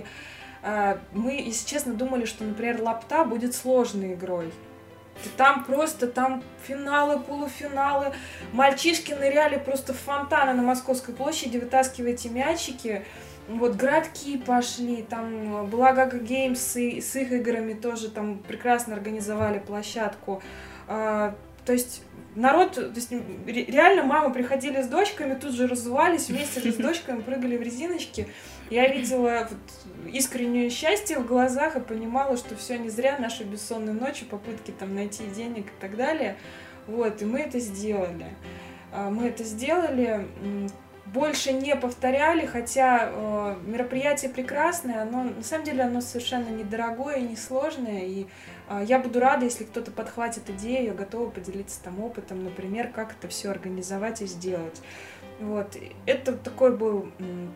Мы, если честно, думали, что, например, лапта будет сложной игрой. Там просто, там финалы, полуфиналы, мальчишки ныряли просто в фонтаны на Московской площади, вытаскивая эти мячики. Вот городки пошли, там была Гага Геймс с их играми тоже там прекрасно организовали площадку. То есть народ, то есть реально мамы приходили с дочками, тут же разувались, вместе же с дочками прыгали в резиночки. Я видела вот искреннее счастье в глазах и понимала, что все не зря, наши бессонные ночи, попытки там найти денег и так далее. Вот, и мы это сделали. Мы это сделали, больше не повторяли, хотя э, мероприятие прекрасное, оно, на самом деле оно совершенно недорогое и несложное, и э, я буду рада, если кто-то подхватит идею, я готова поделиться там опытом, например, как это все организовать и сделать. Вот. Это такой был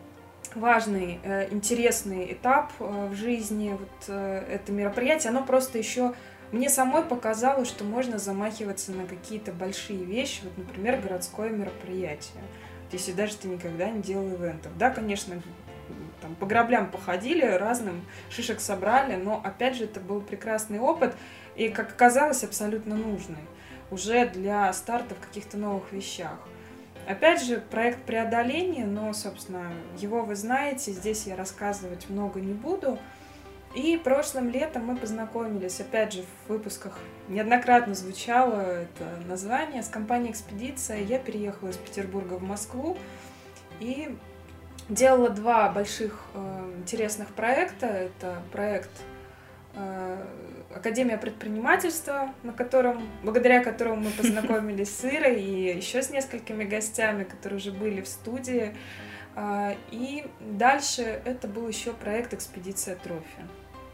важный, э, интересный этап э, в жизни, вот э, это мероприятие, оно просто еще мне самой показало, что можно замахиваться на какие-то большие вещи, вот, например, городское мероприятие. Если даже ты никогда не делал ивентов. Да, конечно, там, по граблям походили, разным шишек собрали, но, опять же, это был прекрасный опыт и, как оказалось, абсолютно нужный уже для старта в каких-то новых вещах. Опять же, проект преодоления, но, собственно, его вы знаете, здесь я рассказывать много не буду. И прошлым летом мы познакомились, опять же, в выпусках неоднократно звучало это название, с компанией «Экспедиция». Я переехала из Петербурга в Москву и делала два больших э, интересных проекта. Это проект э, «Академия предпринимательства», на котором, благодаря которому мы познакомились с Ирой и еще с несколькими гостями, которые уже были в студии. И дальше это был еще проект «Экспедиция Трофи».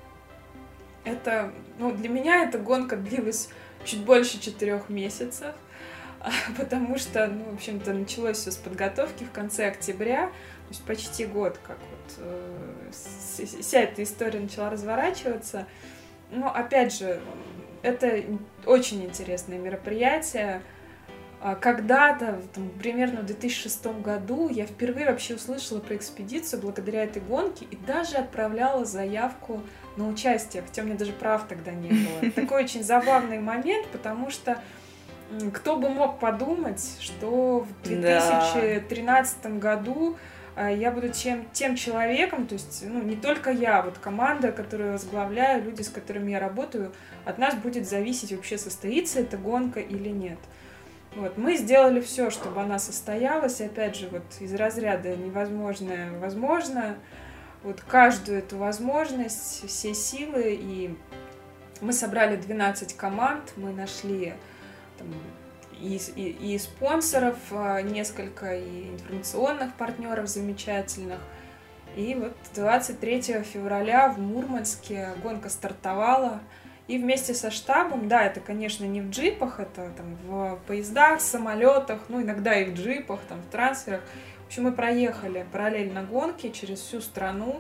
Это, ну, для меня эта гонка длилась чуть больше четырех месяцев, потому что, ну, в общем-то, началось все с подготовки в конце октября, то есть почти год, как вот э, вся эта история начала разворачиваться. Но, опять же, это очень интересное мероприятие. Когда-то, там, примерно в две тысячи шестом году, я впервые вообще услышала про экспедицию благодаря этой гонке и даже отправляла заявку на участие, хотя у меня даже прав тогда не было. Такой очень забавный момент, потому что кто бы мог подумать, что в две тысячи тринадцатом году я буду чем, тем человеком, то есть ну, не только я, вот команда, которую возглавляю, люди, с которыми я работаю, от нас будет зависеть вообще, состоится эта гонка или нет. Вот, мы сделали все, чтобы она состоялась, и опять же, вот из разряда невозможное возможно, вот каждую эту возможность, все силы, и мы собрали двенадцать команд, мы нашли там, и, и, и спонсоров несколько, и информационных партнеров замечательных, и вот двадцать третьего февраля в Мурманске гонка стартовала. И вместе со штабом, да, это, конечно, не в джипах, это там в поездах, самолетах, ну, иногда и в джипах, там, в трансферах. В общем, мы проехали параллельно гонки через всю страну,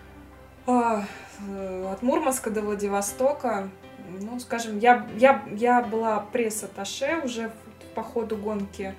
от Мурманска до Владивостока. Ну, скажем, я, я, я была пресс-атташе уже по ходу гонки.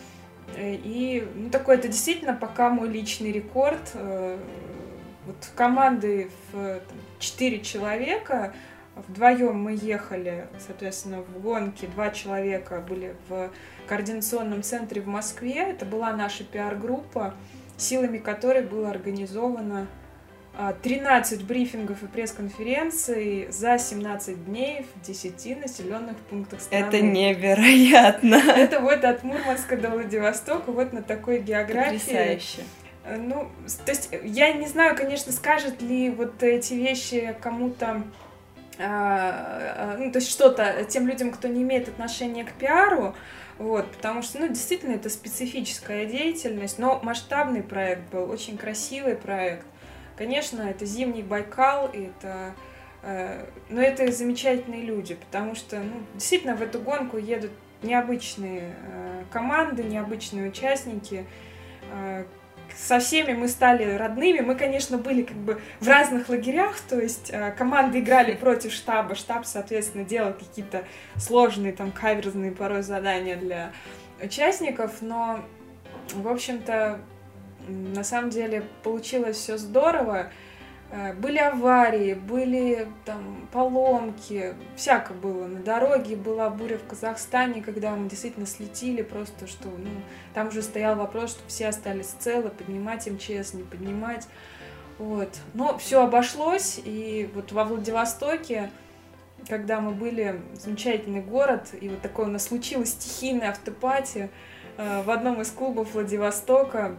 И, ну, такой, это действительно пока мой личный рекорд. Вот команды в четыре человека. Вдвоем мы ехали, соответственно, в гонке. Два человека были в координационном центре в Москве. Это была наша пиар-группа, силами которой было организовано тринадцать брифингов и пресс-конференций за семнадцать дней в десяти населенных пунктах страны. Это невероятно! Это вот от Мурманска до Владивостока, вот на такой географии. Потрясающе! Ну, то есть, я не знаю, конечно, скажет ли вот эти вещи кому-то, ну, то есть что-то тем людям, кто не имеет отношения к пиару, вот, потому что, ну, действительно, это специфическая деятельность, но масштабный проект был, очень красивый проект. Конечно, это зимний Байкал, и это, э, но это замечательные люди, потому что, ну, действительно, в эту гонку едут необычные э, команды, необычные участники. Э, Со всеми мы стали родными. Мы, конечно, были как бы в разных лагерях, то есть э, команды играли против штаба, штаб, соответственно, делал какие-то сложные, там, каверзные порой задания для участников, но, в общем-то, на самом деле получилось все здорово. Э, были аварии, были там поломки, всяко было на дороге. Была буря в Казахстане, когда мы действительно слетели, просто что, ну, там уже стоял вопрос, что все остались целы, поднимать эм че эс, не поднимать. Вот. Но все обошлось, и вот во Владивостоке, когда мы были, замечательный город, и вот такое у нас случилось стихийное автопати э, в одном из клубов Владивостока.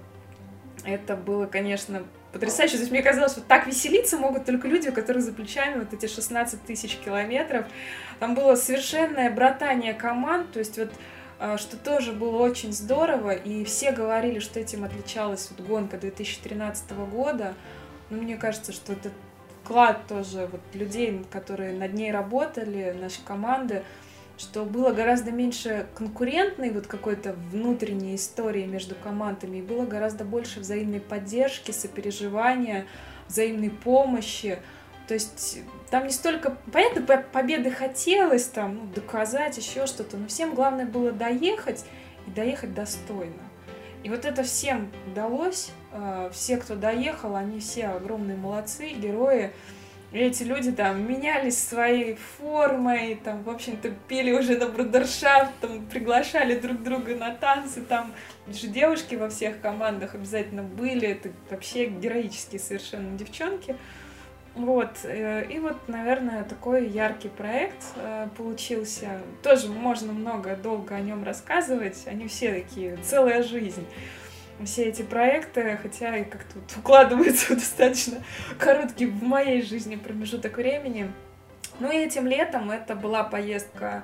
Это было, конечно, потрясающе. То есть мне казалось, что так веселиться могут только люди, у которых за плечами вот эти шестнадцать тысяч километров. Там было совершенное братание команд, то есть вот что тоже было очень здорово, и все говорили, что этим отличалась вот гонка две тысячи тринадцатого года. Но мне кажется, что это вклад тоже вот людей, которые над ней работали, нашей команды, что было гораздо меньше конкурентной вот какой-то внутренней истории между командами, и было гораздо больше взаимной поддержки, сопереживания, взаимной помощи. То есть там не столько... Понятно, победы хотелось там, ну, доказать, еще что-то, но всем главное было доехать и доехать достойно. И вот это всем удалось. Все, кто доехал, они все огромные молодцы, герои. И эти люди там менялись своей формой, там, в общем-то, пели уже на брудершафт, там, приглашали друг друга на танцы, там же девушки во всех командах обязательно были, это вообще героические совершенно девчонки. Вот, и вот, наверное, такой яркий проект получился. Тоже можно много, долго о нем рассказывать, они все такие, целая жизнь. Все эти проекты, хотя и как-то вот укладываются в достаточно короткий в моей жизни промежуток времени. Ну и этим летом это была поездка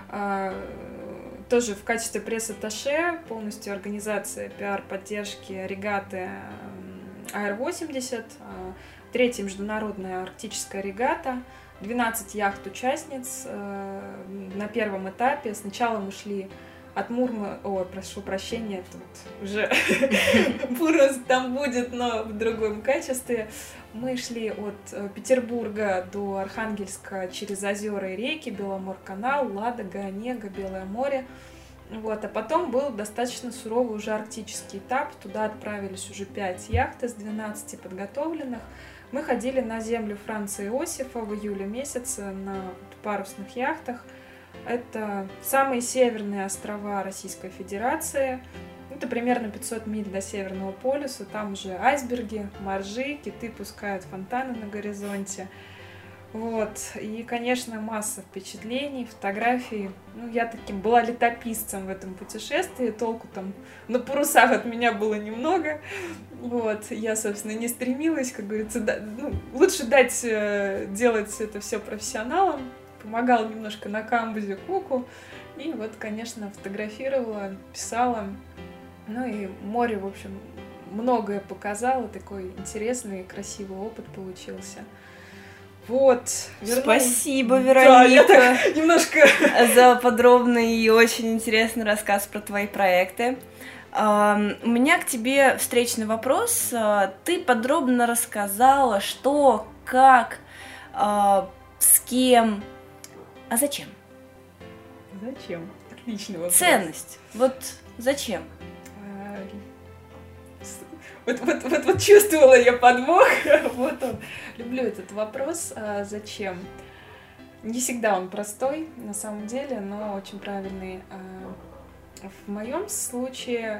э, тоже в качестве пресс-атташе, полностью организация пиар-поддержки регаты эй эр восемьдесят, э, третья международная арктическая регата, двенадцать яхт-участниц э, на первом этапе. Сначала мы шли от Мурма... Ой, прошу прощения, тут уже Мурманск там будет, но в другом качестве. Мы шли от Петербурга до Архангельска через озера и реки, Беломорканал, Ладога, Онега, Белое море. Вот, а потом был достаточно суровый уже арктический этап. Туда отправились уже пять яхт из двенадцати подготовленных. Мы ходили на землю Франца Иосифа в июле месяце на парусных яхтах. Это самые северные острова Российской Федерации. Это примерно пятьсот миль до Северного полюса. Там уже айсберги, моржи, киты пускают фонтаны на горизонте. Вот. И, конечно, масса впечатлений, фотографий. Ну, я таким была летописцем в этом путешествии. Толку там на парусах от меня было немного. Вот. Я, собственно, не стремилась, как говорится, да, ну, лучше дать э, делать это все профессионалам. Помогала немножко на камбузе Куку. И вот, конечно, фотографировала, писала. Ну и море, в общем, многое показало. Такой интересный и красивый опыт получился. Вот. Верну... Спасибо, Вероника, да, я так немножко... за подробный и очень интересный рассказ про твои проекты. У меня к тебе встречный вопрос. Ты подробно рассказала, что, как, с кем, а зачем? Зачем? Отличный вопрос. Ценность. Вот зачем? Вот, вот, вот, вот чувствовала я подвох. Вот он. Люблю этот вопрос. А зачем? Не всегда он простой, на самом деле, но очень правильный. В моем случае...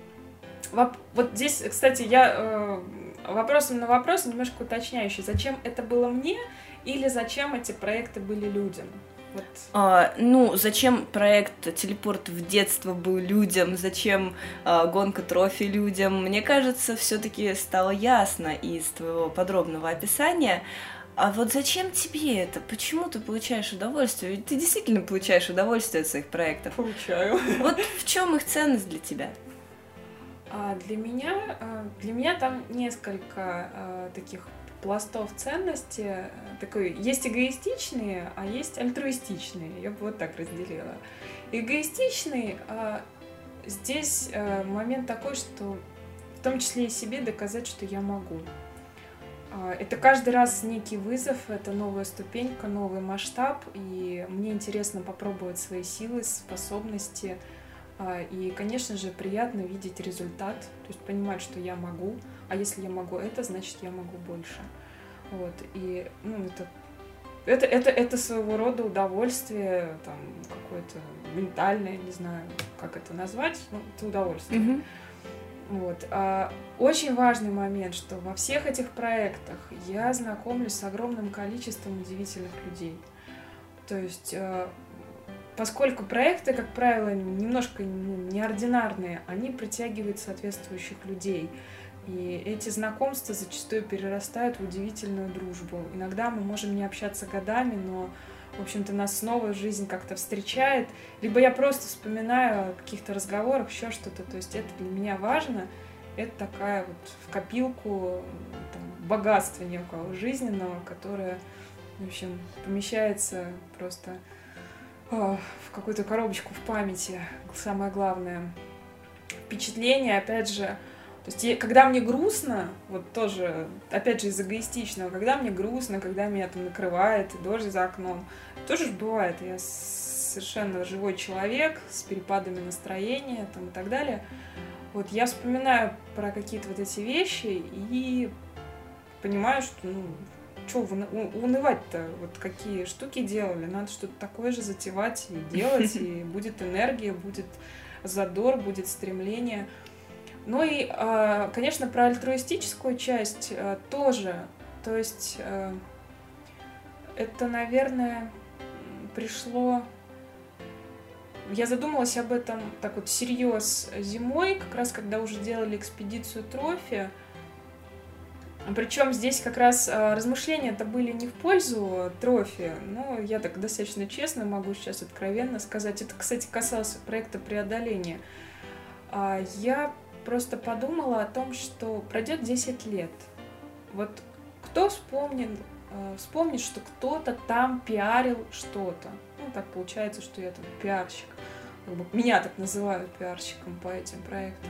Вот здесь, кстати, я вопросом на вопрос немножко уточняющий. Зачем это было мне или зачем эти проекты были людям? Вот. А, ну, зачем проект «Телепорт в детство» был людям, зачем а, гонка трофи людям, мне кажется, все-таки стало ясно из твоего подробного описания. А вот зачем тебе это? Почему ты получаешь удовольствие? Ведь ты действительно получаешь удовольствие от своих проектов. Получаю. Вот в чем их ценность для тебя? А для меня, для меня там несколько а, таких пластов ценности. Такой, есть эгоистичные, а есть альтруистичные. Я бы вот так разделила. Эгоистичный, а, здесь а, момент такой, что в том числе и себе доказать, что я могу. А, это каждый раз некий вызов, это новая ступенька, новый масштаб, и мне интересно попробовать свои силы, способности. А, и, конечно же, приятно видеть результат, то есть понимать, что я могу, а если я могу это, значит, я могу больше. Вот, и, ну, это, это, это, это своего рода удовольствие, там, какое-то ментальное, не знаю, как это назвать, ну, это удовольствие. Mm-hmm. Вот. А, очень важный момент, что во всех этих проектах я знакомлюсь с огромным количеством удивительных людей. То есть... Поскольку проекты, как правило, немножко неординарные, они притягивают соответствующих людей. И эти знакомства зачастую перерастают в удивительную дружбу. Иногда мы можем не общаться годами, но, в общем-то, нас снова жизнь как-то встречает. Либо я просто вспоминаю о каких-то разговорах, еще что-то. То есть это для меня важно. Это такая вот в копилку там, богатства некого жизненного, которое, в общем, помещается просто... в какую-то коробочку в памяти, самое главное. Впечатление, опять же, то есть, когда мне грустно, вот тоже, опять же, из эгоистичного, когда мне грустно, когда меня там накрывает, и дождь за окном, тоже бывает, я совершенно живой человек с перепадами настроения там, и так далее. Вот я вспоминаю про какие-то вот эти вещи и понимаю, что, ну, что унывать-то? Вот какие штуки делали? Надо что-то такое же затевать и делать, и будет энергия, будет задор, будет стремление. Ну и, конечно, про альтруистическую часть тоже. То есть это, наверное, пришло... Я задумалась об этом так вот всерьез зимой, как раз когда уже делали экспедицию трофи. Причем здесь как раз размышления-то были не в пользу трофи, но я так достаточно честно могу сейчас откровенно сказать. Это, кстати, касалось проекта преодоления. Я просто подумала о том, что пройдет десять лет. Вот кто вспомнит, вспомнит, что кто-то там пиарил что-то. Ну, так получается, что я там пиарщик. как бы, меня так называют пиарщиком по этим проектам.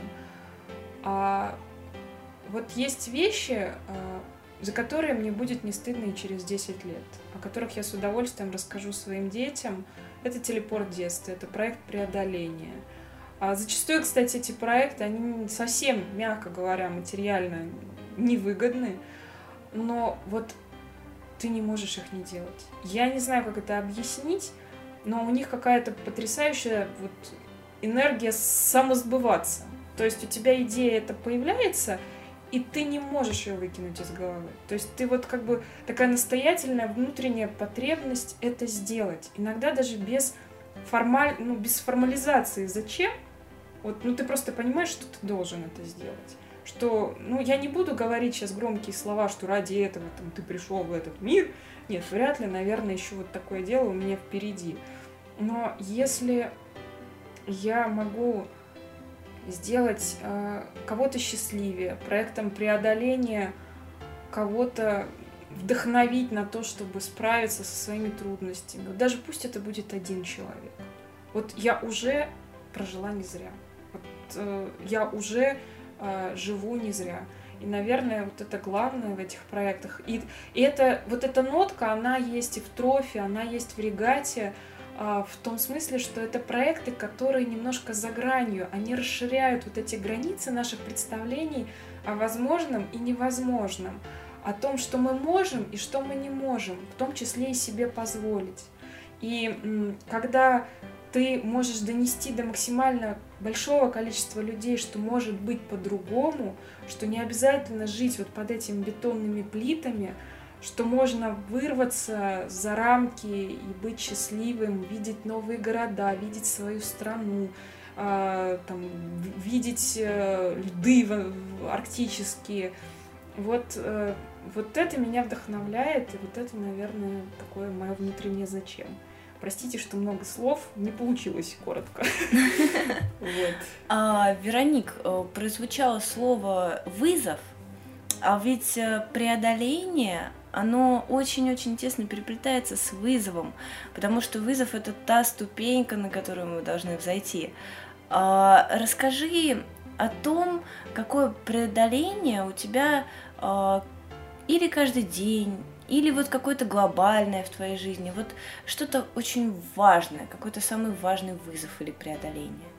А вот есть вещи, за которые мне будет не стыдно и через десять лет, о которых я с удовольствием расскажу своим детям. Это «Телепорт детства», это проект преодоления. А зачастую, кстати, эти проекты, они совсем, мягко говоря, материально невыгодны, но вот ты не можешь их не делать. Я не знаю, как это объяснить, но у них какая-то потрясающая вот энергия самосбываться. То есть у тебя идея эта появляется, и ты не можешь ее выкинуть из головы. То есть ты вот как бы такая настоятельная внутренняя потребность это сделать. Иногда даже без, формаль... ну, без формализации. Зачем? Вот, ну ты просто понимаешь, что ты должен это сделать. Что, ну я не буду говорить сейчас громкие слова, что ради этого там, ты пришел в этот мир. Нет, вряд ли, наверное, еще вот такое дело у меня впереди. Но если я могу сделать э, кого-то счастливее, проектом преодоления кого-то вдохновить на то, чтобы справиться со своими трудностями. Вот даже пусть это будет один человек. Вот я уже прожила не зря. Вот, э, я уже э, живу не зря. И, наверное, вот это главное в этих проектах. И, и это, вот эта нотка, она есть и в трофе, она есть в регате, в том смысле, что это проекты, которые немножко за гранью, они расширяют вот эти границы наших представлений о возможном и невозможном, о том, что мы можем и что мы не можем, в том числе и себе позволить. И когда ты можешь донести до максимально большого количества людей, что может быть по-другому, что не обязательно жить вот под этими бетонными плитами, что можно вырваться за рамки и быть счастливым, видеть новые города, видеть свою страну, э, там, видеть э, льды арктические. Вот, э, вот это меня вдохновляет, и вот это, наверное, такое мое внутреннее зачем. Простите, что много слов, не получилось коротко. Вероник, прозвучало слово «вызов», а ведь преодоление, оно очень-очень тесно переплетается с вызовом, потому что вызов — это та ступенька, на которую мы должны взойти. Расскажи о том, какое преодоление у тебя или каждый день, или вот какое-то глобальное в твоей жизни, вот что-то очень важное, какой-то самый важный вызов или преодоление.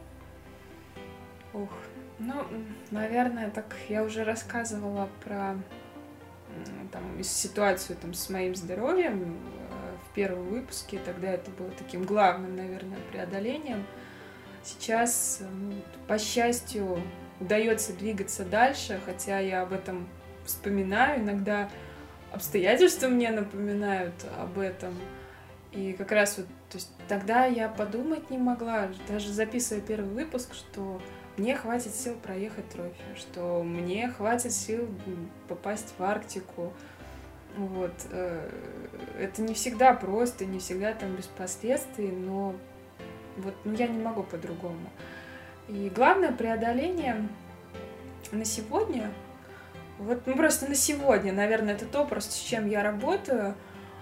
Ух. Ну, наверное, так я уже рассказывала про там, ситуацию там, с моим здоровьем в первом выпуске. Тогда это было таким главным, наверное, преодолением. Сейчас, ну, по счастью, удается двигаться дальше, хотя я об этом вспоминаю. Иногда обстоятельства мне напоминают об этом. И как раз вот, то есть, тогда я подумать не могла, даже записывая первый выпуск, что мне хватит сил проехать трофи, что мне хватит сил попасть в Арктику. Вот. Это не всегда просто, не всегда там без последствий, но вот, ну, я не могу по-другому. И главное преодоление на сегодня, вот, ну просто на сегодня, наверное, это то, просто с чем я работаю.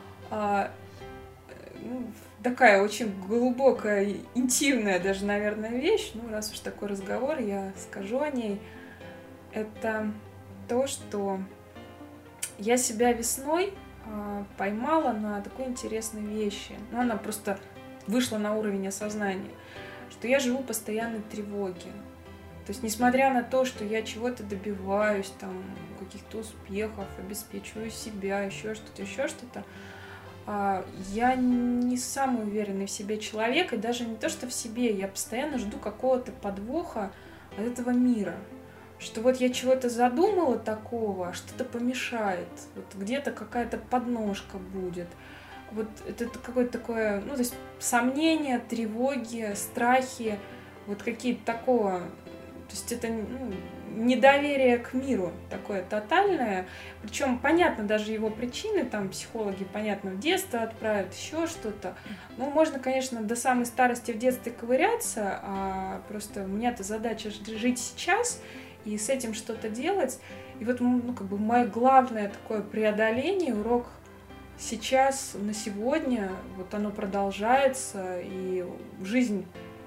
Ну, такая очень глубокая, интимная даже, наверное, вещь. Ну, раз уж такой разговор, я скажу о ней. Это то, что я себя весной э, поймала на такой интересной вещи. Ну, она просто вышла на уровень осознания, что я живу в постоянной тревоге. То есть, несмотря на то, что я чего-то добиваюсь, там, каких-то успехов, обеспечиваю себя, еще что-то, еще что-то, я не самый уверенный в себе человек, и даже не то, что в себе, я постоянно жду какого-то подвоха от этого мира. Что вот я чего-то задумала такого, а что-то помешает, вот где-то какая-то подножка будет. Вот это какое-то такое, ну, то есть сомнения, тревоги, страхи, вот какие-то такого, то есть это, ну, недоверие к миру такое тотальное, причем понятно даже его причины, там психологи, понятно, в детство отправят, еще что-то. Ну, можно, конечно, до самой старости в детстве ковыряться, а просто у меня-то задача жить сейчас и с этим что-то делать. И вот, ну, как бы мое главное такое преодоление, урок сейчас, на сегодня, вот оно продолжается, и жизнь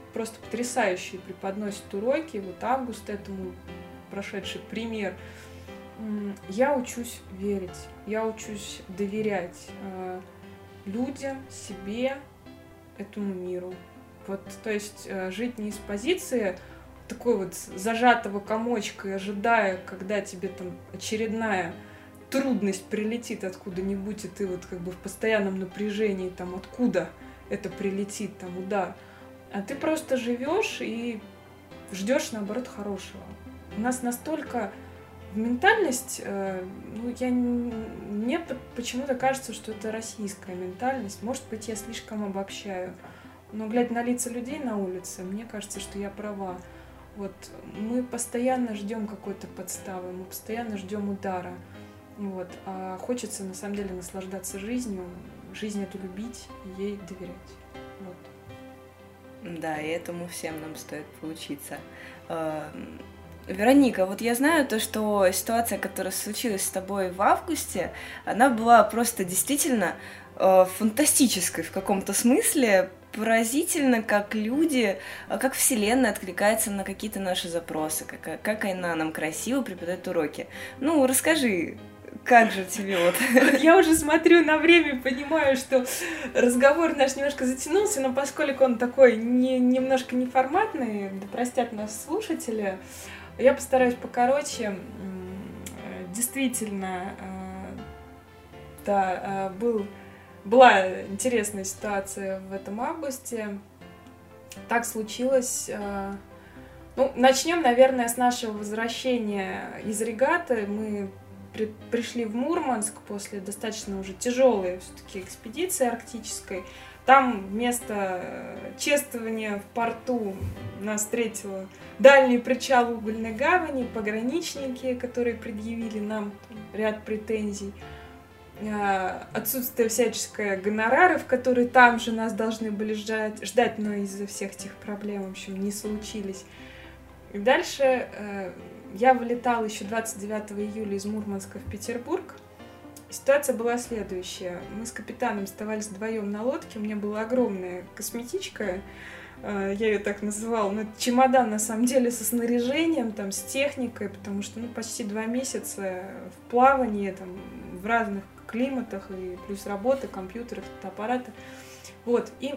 просто потрясающие преподносит уроки. Вот Август этому прошедший пример. Я учусь верить, я учусь доверять э, людям, себе, этому миру. Вот, то есть э, жить не из позиции такой вот зажатого комочка и ожидая, когда тебе там очередная трудность прилетит откуда-нибудь, и ты вот как бы в постоянном напряжении, там, откуда это прилетит, там, удар. А ты просто живешь и ждешь, наоборот, хорошего. У нас настолько ментальность, э, ну, я, мне почему-то кажется, что это российская ментальность. Может быть, я слишком обобщаю. Но, глядя на лица людей на улице, мне кажется, что я права. Вот, мы постоянно ждем какой-то подставы, мы постоянно ждем удара. Вот, а хочется, на самом деле, наслаждаться жизнью, жизнь эту любить и ей доверять. Вот. Да, и этому всем нам стоит поучиться. Вероника, вот я знаю то, что ситуация, которая случилась с тобой в августе, она была просто действительно фантастической в каком-то смысле, поразительно, как люди, как Вселенная откликается на какие-то наши запросы, как, как она нам красиво преподает уроки. Ну, расскажи, как же тебе вот... Я уже смотрю на время и понимаю, что разговор наш немножко затянулся, но поскольку он такой не, немножко неформатный, да простят нас слушатели, я постараюсь покороче. Действительно, да, был... Была интересная ситуация в этом августе. Так случилось. Ну, начнем, наверное, с нашего возвращения из регаты. Мы при, пришли в Мурманск после достаточно уже тяжелой все-таки экспедиции арктической. Там вместо чествования в порту нас встретил дальний причал Угольной гавани, пограничники, которые предъявили нам ряд претензий. Отсутствие всяческое гонораров, которые там же нас должны были ждать, ждать, но из-за всех этих проблем, в общем, не случились. И дальше э, я вылетала еще двадцать девятого июля из Мурманска в Петербург. Ситуация была следующая. Мы с капитаном оставались вдвоем на лодке, у меня была огромная косметичка, э, я ее так называла, но это чемодан, на самом деле, со снаряжением, там, с техникой, потому что, ну, почти два месяца в плавании, там, в разных климатах, и плюс работа, компьютеры, фотоаппараты. Вот, и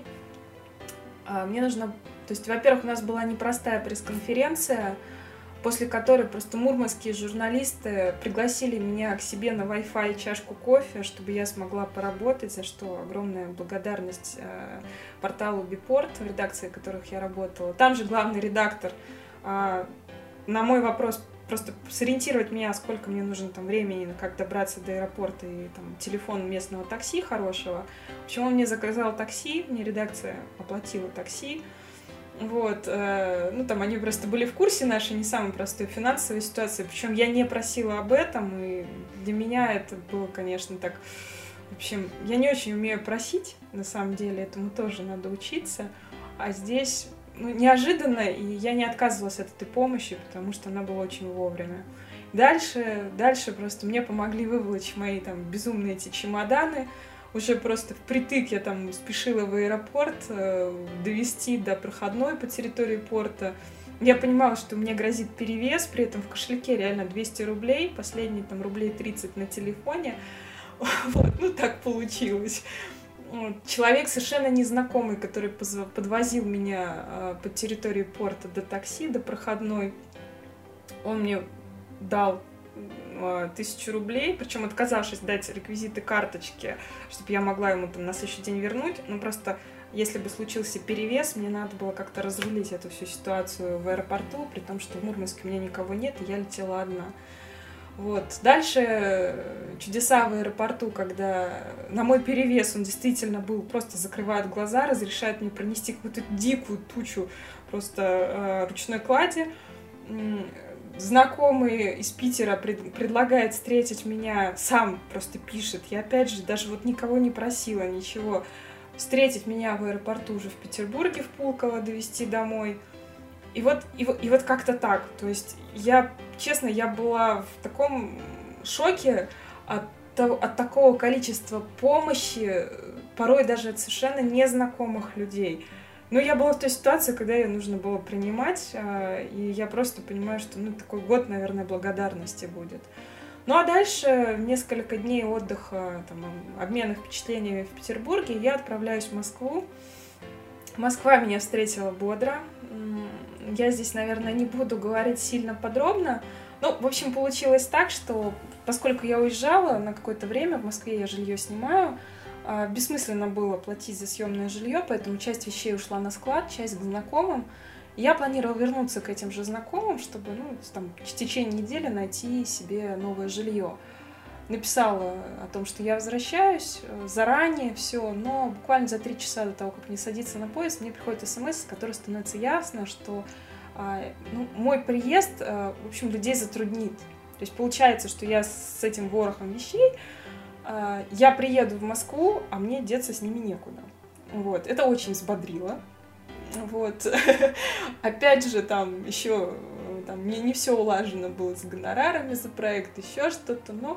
а, мне нужно... То есть, во-первых, у нас была непростая пресс-конференция, после которой просто мурманские журналисты пригласили меня к себе на Wi-Fi чашку кофе, чтобы я смогла поработать, за что огромная благодарность э, порталу Бипорт, в редакции которых я работала. Там же главный редактор э, на мой вопрос просто сориентировать меня, сколько мне нужно там времени, как добраться до аэропорта и там телефон местного такси хорошего. В общем, он мне заказал такси, мне редакция оплатила такси. Вот, э, ну там они просто были в курсе нашей не самой простой финансовой ситуации, причем я не просила об этом, и для меня это было, конечно, так, в общем, я не очень умею просить, на самом деле, этому тоже надо учиться, а здесь, ну, неожиданно, и я не отказывалась от этой помощи, потому что она была очень вовремя. Дальше, дальше просто мне помогли выволочь мои там безумные эти чемоданы. Уже просто впритык я там спешила в аэропорт, э, довести до проходной по территории порта. Я понимала, что мне грозит перевес, при этом в кошельке реально двести рублей, последние там рублей тридцать на телефоне. Вот, ну так получилось. Человек совершенно незнакомый, который подвозил меня э, по территории порта до такси, до проходной, он мне дал тысячу рублей, причем отказавшись дать реквизиты карточки, чтобы я могла ему там на следующий день вернуть. Ну, просто, если бы случился перевес, мне надо было как-то разрулить эту всю ситуацию в аэропорту, при том, что в Мурманске у меня никого нет, и я летела одна. Вот. Дальше чудеса в аэропорту, когда на мой перевес он действительно был, просто закрывает глаза, разрешает мне пронести какую-то дикую тучу просто э, ручной клади. Знакомый из Питера пред, предлагает встретить меня, сам просто пишет, я опять же даже вот никого не просила, ничего, встретить меня в аэропорту уже в Петербурге, в Пулково, довезти домой. И вот, и, и вот как-то так, то есть я, честно, я была в таком шоке от, от такого количества помощи, порой даже от совершенно незнакомых людей. Но я была в той ситуации, когда ее нужно было принимать, и я просто понимаю, что ну, такой год, наверное, благодарности будет. Ну а дальше несколько дней отдыха, там, обмена впечатлениями в Петербурге, я отправляюсь в Москву. Москва меня встретила бодро. Я здесь, наверное, не буду говорить сильно подробно. Ну, в общем, получилось так, что поскольку я уезжала на какое-то время, в Москве я жилье снимаю, бессмысленно было платить за съемное жилье, поэтому часть вещей ушла на склад, часть к знакомым. Я планировала вернуться к этим же знакомым, чтобы ну, там, в течение недели найти себе новое жилье. Написала о том, что я возвращаюсь заранее, все, но буквально за три часа до того, как мне садиться на поезд, мне приходит смс, с которой становится ясно, что ну, мой приезд, в общем, людей затруднит. То есть получается, что я с этим ворохом вещей, я приеду в Москву, а мне деться с ними некуда. Вот. Это очень взбодрило. Вот. Опять же, там еще там, не, не все улажено было с гонорарами за проект, еще что-то, но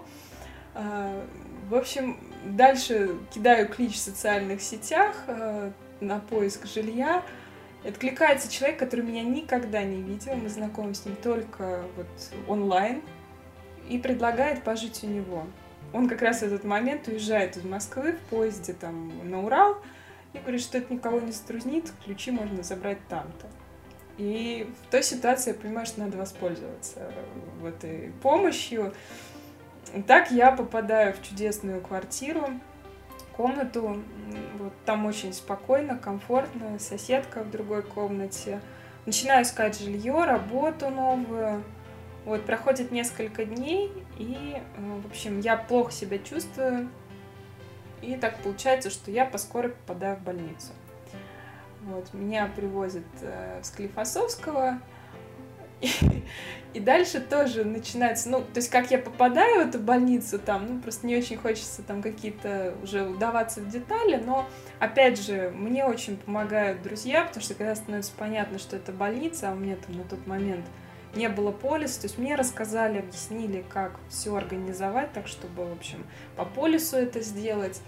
э, в общем, дальше кидаю клич в социальных сетях э, на поиск жилья. Откликается человек, который меня никогда не видел, мы знакомы с ним только вот онлайн, и предлагает пожить у него. Он как раз в этот момент уезжает из Москвы в поезде там, на Урал и говорит, что это никого не затруднит, ключи можно забрать там-то. И в той ситуации я понимаю, что надо воспользоваться вот этой помощью. И так я попадаю в чудесную квартиру, комнату. Вот там очень спокойно, комфортно, соседка в другой комнате. Начинаю искать жилье, работу новую. Вот, проходит несколько дней, и, в общем, я плохо себя чувствую. И так получается, что я по скорой попадаю в больницу. Вот, меня привозят э, в Склифосовского, и, и дальше тоже начинается, ну, то есть как я попадаю в эту больницу, там, ну, просто не очень хочется там какие-то уже вдаваться в детали, но, опять же, мне очень помогают друзья, потому что когда становится понятно, что это больница, а у меня там на тот момент не было полиса, то есть мне рассказали, объяснили, как все организовать, так, чтобы, в общем, по полису это сделать.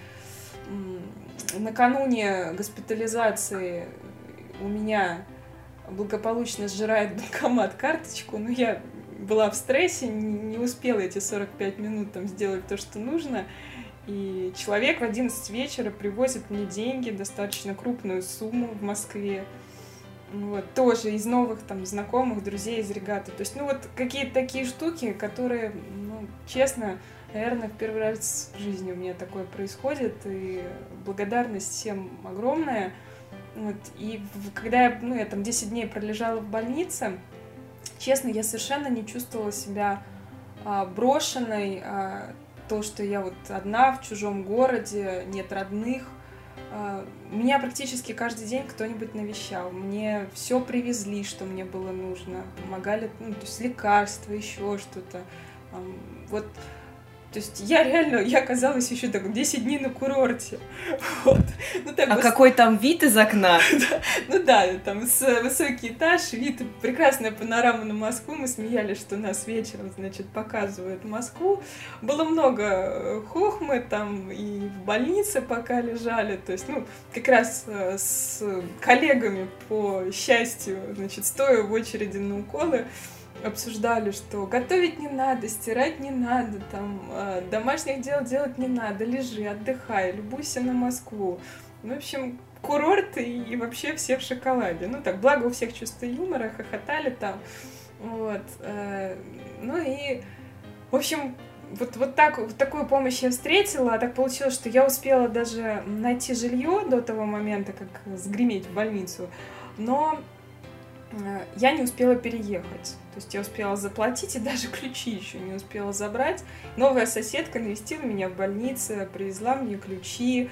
Накануне госпитализации у меня благополучно сжирает банкомат карточку, но я была в стрессе, не успела эти сорок пять минут там сделать то, что нужно, и человек в одиннадцать вечера привозит мне деньги, достаточно крупную сумму в Москве. Вот, тоже из новых там знакомых, друзей из регаты. То есть, ну вот какие-то такие штуки, которые, ну, честно, наверное, в первый раз в жизни у меня такое происходит, и благодарность всем огромная. Вот, и когда я, ну, я там десять дней пролежала в больнице, честно, я совершенно не чувствовала себя а, брошенной, а, то, что я вот одна в чужом городе, нет родных. Меня практически каждый день кто-нибудь навещал. Мне все привезли, что мне было нужно. Помогали, ну, то есть лекарства, еще что-то. Вот. То есть я реально, я оказалась еще так десять дней на курорте. Вот. Ну, так, а вот... какой там вид из окна? Ну да, там с высокий этаж, вид, прекрасная панорама на Москву. Мы смеялись, что нас вечером, значит, показывают Москву. Было много хохмы там и в больнице пока лежали. То есть, ну, как раз с коллегами по счастью, значит, стоя в очереди на уколы, обсуждали, что готовить не надо, стирать не надо, там, э, домашних дел делать не надо, лежи, отдыхай, любуйся на Москву. В общем, курорт и, и вообще все в шоколаде. Ну так, благо у всех чувство юмора, хохотали там. Вот. Э, ну и, в общем, вот, вот, так, вот такую помощь я встретила, а так получилось, что я успела даже найти жилье до того момента, как сгреметь в больницу, но я не успела переехать. То есть я успела заплатить и даже ключи еще не успела забрать. Новая соседка навестила меня в больнице, привезла мне ключи.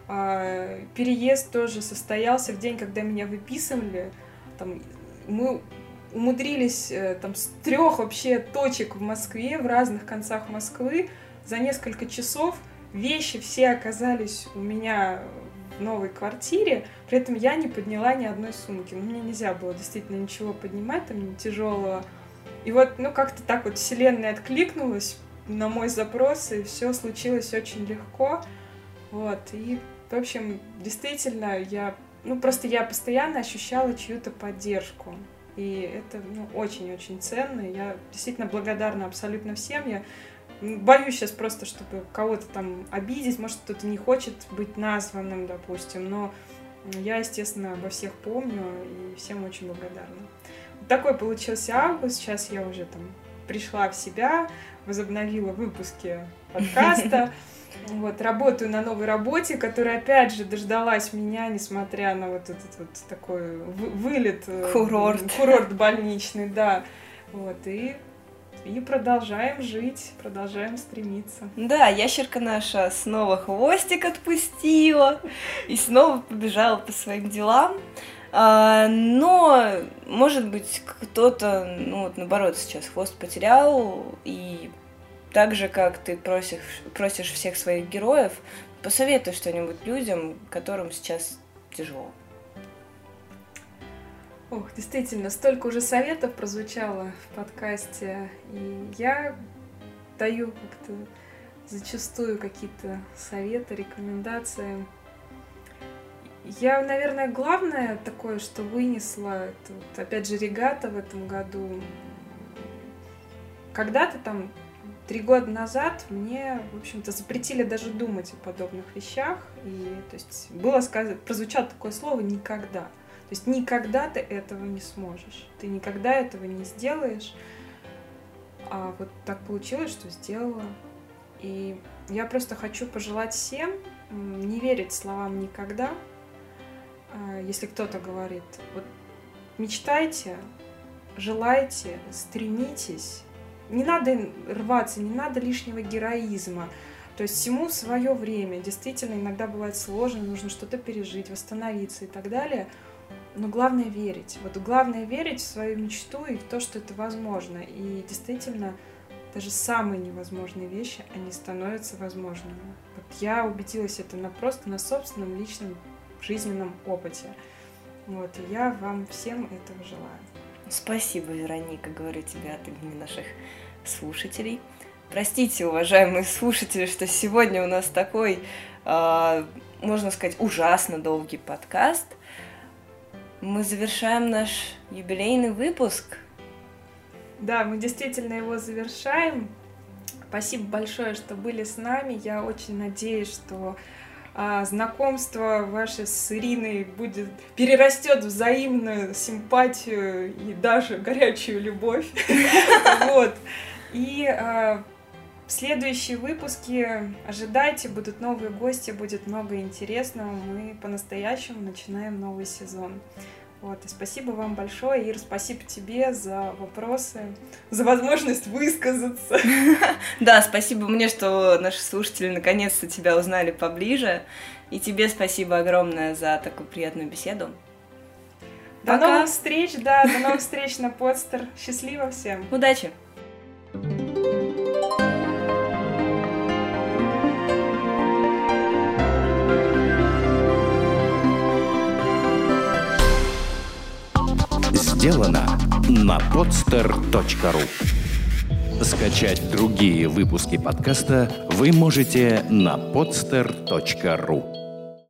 Переезд тоже состоялся в день, когда меня выписывали. Там, мы умудрились там, с трех вообще точек в Москве, в разных концах Москвы, за несколько часов вещи все оказались у меня в новой квартире, при этом я не подняла ни одной сумки. Ну, мне нельзя было действительно ничего поднимать, там, не тяжелого. И вот, ну, как-то так вот вселенная откликнулась на мой запрос, и все случилось очень легко. Вот, и, в общем, действительно, я ну, просто я постоянно ощущала чью-то поддержку. И это ну, очень-очень ценно. Я действительно благодарна абсолютно всем. Я боюсь сейчас просто, чтобы кого-то там обидеть. Может, кто-то не хочет быть названным, допустим. Но я, естественно, обо всех помню и всем очень благодарна. Вот такой получился август. Сейчас я уже там пришла в себя, возобновила выпуски подкаста. Вот, работаю на новой работе, которая, опять же, дождалась меня, несмотря на вот этот вот такой вылет. Курорт. Курорт больничный, да. Вот, и, и продолжаем жить, продолжаем стремиться. Да, ящерка наша снова хвостик отпустила и снова побежала по своим делам. А, но, может быть, кто-то, ну, вот, наоборот, сейчас хвост потерял, и так же, как ты просишь, просишь всех своих героев, посоветуй что-нибудь людям, которым сейчас тяжело. Ох, действительно, столько уже советов прозвучало в подкасте, и я даю как-то зачастую какие-то советы, рекомендации. Я, наверное, главное такое, что вынесла, это вот, опять же, регата в этом году. Когда-то там Три года назад мне, в общем-то, запретили даже думать о подобных вещах. И, то есть, было сказано, прозвучало такое слово «никогда». То есть, никогда ты этого не сможешь. Ты никогда этого не сделаешь. А вот так получилось, что сделала. И я просто хочу пожелать всем не верить словам «никогда». Если кто-то говорит, вот мечтайте, желайте, стремитесь. Не надо рваться, не надо лишнего героизма. То есть всему свое время. Действительно, иногда бывает сложно, нужно что-то пережить, восстановиться и так далее. Но главное верить. Вот главное верить в свою мечту и в то, что это возможно. И действительно, даже самые невозможные вещи, они становятся возможными. Вот я убедилась это на, просто на собственном личном жизненном опыте. Вот, и я вам всем этого желаю. Спасибо, Вероника, говорю тебе от имени наших слушателей. Простите, уважаемые слушатели, что сегодня у нас такой, э, можно сказать, ужасно долгий подкаст. Мы завершаем наш юбилейный выпуск. Да, мы действительно его завершаем. Спасибо большое, что были с нами. Я очень надеюсь, что а знакомство ваше с Ириной будет перерастет в взаимную симпатию и даже горячую любовь. Вот. И а, следующие выпуски ожидайте, будут новые гости, будет много интересного. Мы по-настоящему начинаем новый сезон. Вот. И спасибо вам большое, Ир, спасибо тебе за вопросы, за возможность высказаться. Да, спасибо мне, что наши слушатели наконец-то тебя узнали поближе. И тебе спасибо огромное за такую приятную беседу. До Пока. новых встреч, да, до новых встреч на Подстер. Счастливо всем. Удачи. Сделано на podster точка ру. Скачать другие выпуски подкаста вы можете на podster точка ру.